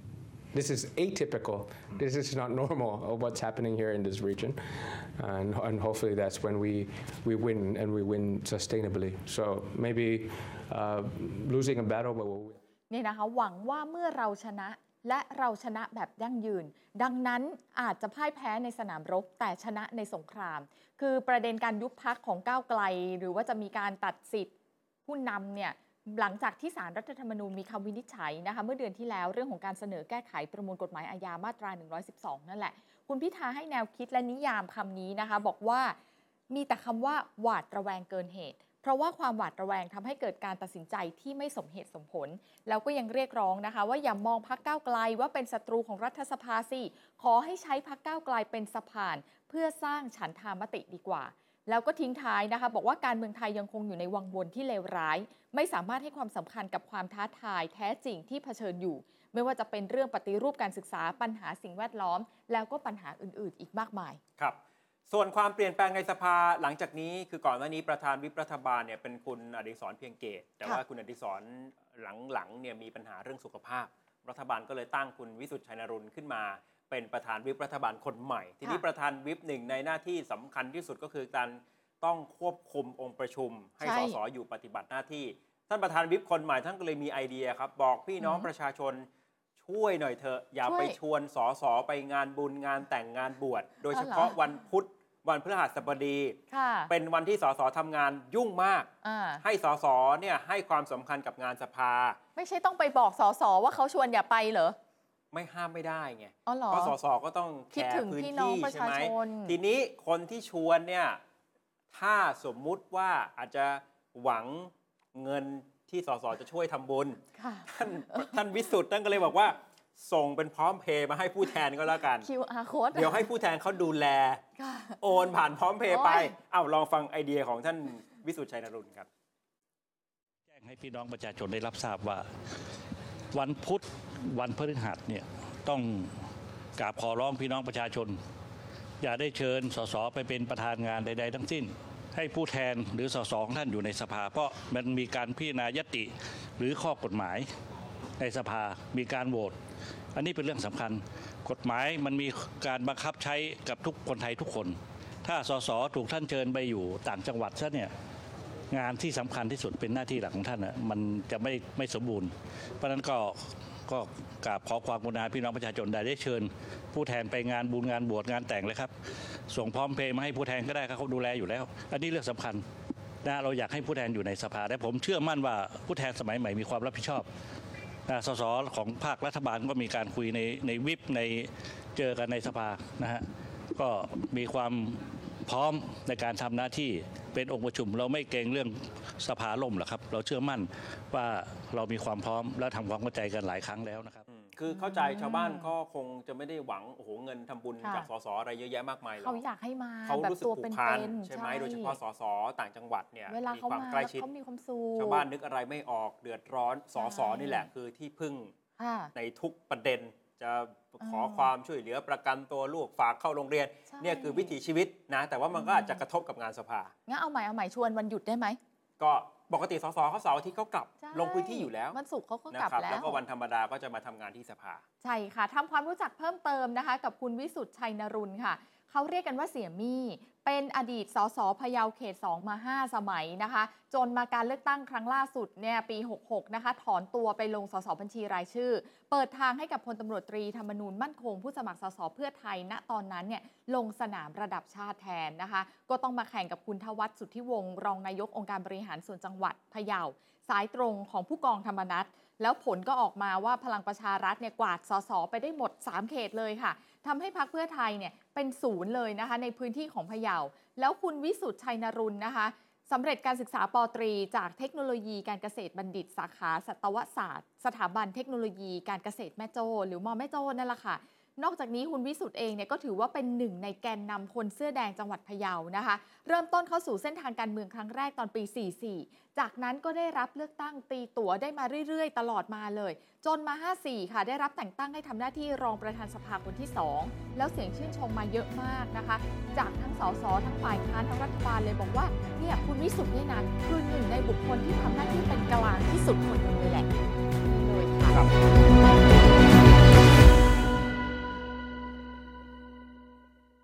Speaker 7: This is atypical. This is not normal of what's happening here in this region, and, and hopefully that's when we we win and we win sustainably. So maybe uh, losing a battle, but we'll win.
Speaker 3: นี่นะคะหวังว่าเมื่อเราชนะและเราชนะแบบยั่งยืนดังนั้นอาจจะพ่ายแพ้ในสนามรบแต่ชนะในสงครามคือประเด็นการยุบพรรคของก้าวไกลหรือว่าจะมีการตัดสิทธิ์ผู้นำเนี่ยหลังจากที่ศาลรัฐธรรมนูญมีคำวินิจฉัยนะคะเมื่อเดือนที่แล้วเรื่องของการเสนอแก้ไขประมวลกฎหมายอาญามาตราหนึ่งร้อยสิบสองนั่นแหละคุณพิธาให้แนวคิดและนิยามคำนี้นะคะบอกว่ามีแต่คำว่าหวาดระแวงเกินเหตุเพราะว่าความหวาดระแวงทำให้เกิดการตัดสินใจที่ไม่สมเหตุสมผลแล้วก็ยังเรียกร้องนะคะว่าอย่ามองพรรคก้าวไกลว่าเป็นศัตรูของรัฐสภาสิขอให้ใช้พรรคก้าวไกลเป็นสะพานเพื่อสร้างฉันทามติดีกว่าแล้วก็ทิ้งท้ายนะคะบอกว่าการเมืองไทยยังคงอยู่ในวังวนที่เลวร้ายไม่สามารถให้ความสำคัญกับความท้าทายแท้จริงที่เผชิญอยู่ไม่ว่าจะเป็นเรื่องปฏิรูปการศึกษาปัญหาสิ่งแวดล้อมแล้วก็ปัญหาอื่นๆอีกมากมาย
Speaker 2: ครับส่วนความเปลี่ยนแปลงในสภาหลังจากนี้คือก่อนหน้านี้ประธานวิปรัฐบาลเนี่ยเป็นคุณอดิศรเพียงเกตแต่ว่าคุณอดิศรหลังๆเนี่ยมีปัญหาเรื่องสุขภาพรัฐบาลก็เลยตั้งคุณวิสุทธิ์ชัยนรุนขึ้นมาเป็นประธานวิปรัฐบาลคนใหม่ทีนี้ประธานวิปหนึ่งในหน้าที่สำคัญที่สุดก็คือการต้องควบคุมองค์ประชุมให้สสอยู่ปฏิบัติหน้าที่ท่านประธานวิปคนใหม่ท่านก็เลยมีไอเดียครับบอกพี่น้องประชาชนช่วยหน่อยเถอะอย่าไปชวนสสไปงานบุญงานแต่งงานบวชโดยเฉพาะวันพุธวันพฤหัสบดีเป็นวันที่สสทำงานยุ่งมากให้สสเนี่ยให้ความสำคัญกับงานสภา
Speaker 3: ไม่ใช่ต้องไปบอกสสว่าเขาชวนอย่าไปเหรอ
Speaker 2: ไม่ห้ามไม่ได้ไง
Speaker 3: เพ
Speaker 2: ราะสสก็ต้องแคร์พื้นที่ใช่ไหมทีนี้คนที่ชวนเนี่ยถ้าสมมุติว่าอาจจะหวังเงินที่สสจะช่วยทำบุญท่านท่านวิสุทธิ์ท่านก็เลยบอกว่าส่งเป็นพร้อมเพย์มาให้ผู้แทนก็แล้วกัน
Speaker 3: คิว อาร์ Code
Speaker 2: เดี๋ยวให้ผู้แทนเขาดูแลโอนผ่านพร้อมเพย์ไปเอ้าลองฟังไอเดียของท่านวิสุทธิ์ชัยนรุนครับ
Speaker 8: แจ้งให้พี่น้องประชาชนได้รับทราบว่าวันพุธวันพฤหัสเนี่ยต้องกราบขอร้องพี่น้องประชาชนอย่าได้เชิญสสไปเป็นประธานงานใดๆทั้งสิ้นให้ผู้แทนหรือสสของท่านอยู่ในสภาเพราะมันมีการพิจารณายติหรือข้อกฎหมายในสภามีการโหวตอันนี้เป็นเรื่องสำคัญกฎหมายมันมีการบังคับใช้กับทุกคนไทยทุกคนถ้าสสถูกท่านเชิญไปอยู่ต่างจังหวัดซะเนี่ยงานที่สำคัญที่สุดเป็นหน้าที่หลักของท่านนะมันจะไม่ไม่สมบูรณ์เพราะฉะนั้นก็ก็กราบขอความกรุณาพี่น้องประชาชนได้เชิญผู้แทนไปงานบุญงานบวชงานแต่งเลยครับส่งพร้อมเพย์มาให้ผู้แทนก็ได้ครับเขาดูแลอยู่แล้วอันนี้เรื่องสำคัญนะเราอยากให้ผู้แทนอยู่ในสภาและผมเชื่อมั่นว่าผู้แทนสมัยใหม่มีความรับผิดชอบสสของภาครัฐบาลก็มีการคุยในในวิปในเจอกันในสภานะฮะก็มีความพร้อมในการทำหน้าที่เป็นองค์ประชุมเราไม่เกรงเรื่องสภาล่มหรอกครับเราเชื่อมั่นว่าเรามีความพร้อมและทำความเข้าใจกันหลายครั้งแล้วนะครับ
Speaker 2: คือเข้าใจชาวบ้านก็คงจะไม่ได้หวังโอ้โหเงินทำบุญจากสสอะไรเยอะแยะมากมายหรอก
Speaker 3: เขาอยากให้มา
Speaker 2: เขารู้สึกผูกพันใช่ไหมโดยเฉพาะสสต่างจังหวัดเนี่ยมีความใกล้ชิดชาวบ้านนึกอะไรไม่ออกเดือดร้อนสสนี่แหละคือที่พึ่งในทุกประเด็นจะขอความช่วยเหลือประกันตัวลูกฝากเข้าโรงเรียนเนี่ยคือวิถีชีวิตนะแต่ว่ามันก็อาจจะกระทบกับงานสภา
Speaker 3: งั้นเอาใหม่เอาใหม่ชวนวันหยุดได้ไหม
Speaker 2: ก็ปกติสสเขาเสาร์อาทิตย์เขากลับลงพื้นที่อยู่แล้ว
Speaker 3: วันศุกร์เขาก็กลับแล้ว
Speaker 2: แล้วก็วันธรรมดาก็จะมาทำงานที่สภา
Speaker 3: ใช่ค่ะทำความรู้จักเพิ่มเติมนะคะกับคุณวิสุทธิ์ชัยนรุนค่ะเขาเรียกกันว่าเสี่ยมี่เป็นอดีตสสพะเยาเขตสองมาห้าสมัยนะคะจนมาการเลือกตั้งครั้งล่าสุดเนี่ยปีหกสิบหกนะคะถอนตัวไปลงสสบัญชีรายชื่อเปิดทางให้กับพลตำรวจตรีธรรมนูญมั่นคงผู้สมัครสสเพื่อไทยณตอนนั้นเนี่ยลงสนามระดับชาติแทนนะคะก็ต้องมาแข่งกับคุณทวัชสุทธิวงศ์รองนายกองค์การบริหารส่วนจังหวัดพะเยาสายตรงของผู้กองธรรมนัสแล้วผลก็ออกมาว่าพลังประชารัฐเนี่ยกวาดสสไปได้หมดสามเขตเลยค่ะทำให้พรรคเพื่อไทยเนี่ยเป็นศูนย์เลยนะคะในพื้นที่ของพะเยาแล้วคุณวิสุทธิ์ชัยนรุนนะคะสำเร็จการศึกษาป.ตรีจากเทคโนโลยีการเกษตรบัณฑิตสาขาสัตวศาสตร์สถาบันเทคโนโลยีการเกษตรแม่โจ้หรือมอแม่โจ้นั่นแหละค่ะนอกจากนี้คุณวิสุทธิ์เองเนี่ยก็ถือว่าเป็นหนึ่งในแกนนำคนเสื้อแดงจังหวัดพะเยานะคะเริ่มต้นเข้าสู่เส้นทางการเมืองครั้งแรกตอนปีสี่สิบสี่จากนั้นก็ได้รับเลือกตั้งตีตั๋วได้มาเรื่อยๆตลอดมาเลยจนมาห้าสิบสี่ค่ะได้รับแต่งตั้งให้ทำหน้าที่รองประธานสภาคนที่สองแล้วเสียงชื่นชมมาเยอะมากนะคะจากทั้งสสทั้งฝ่ายค้านทั้งรัฐบาลเลยบอกว่าเนี่ยคุณวิสุทธิ์นี่นะคือหนึ่งในบุคคลที่ทำหน้าที่เป็นกลางที่สุดคนหนึ่งเลยแหละนี่เลยค่ะ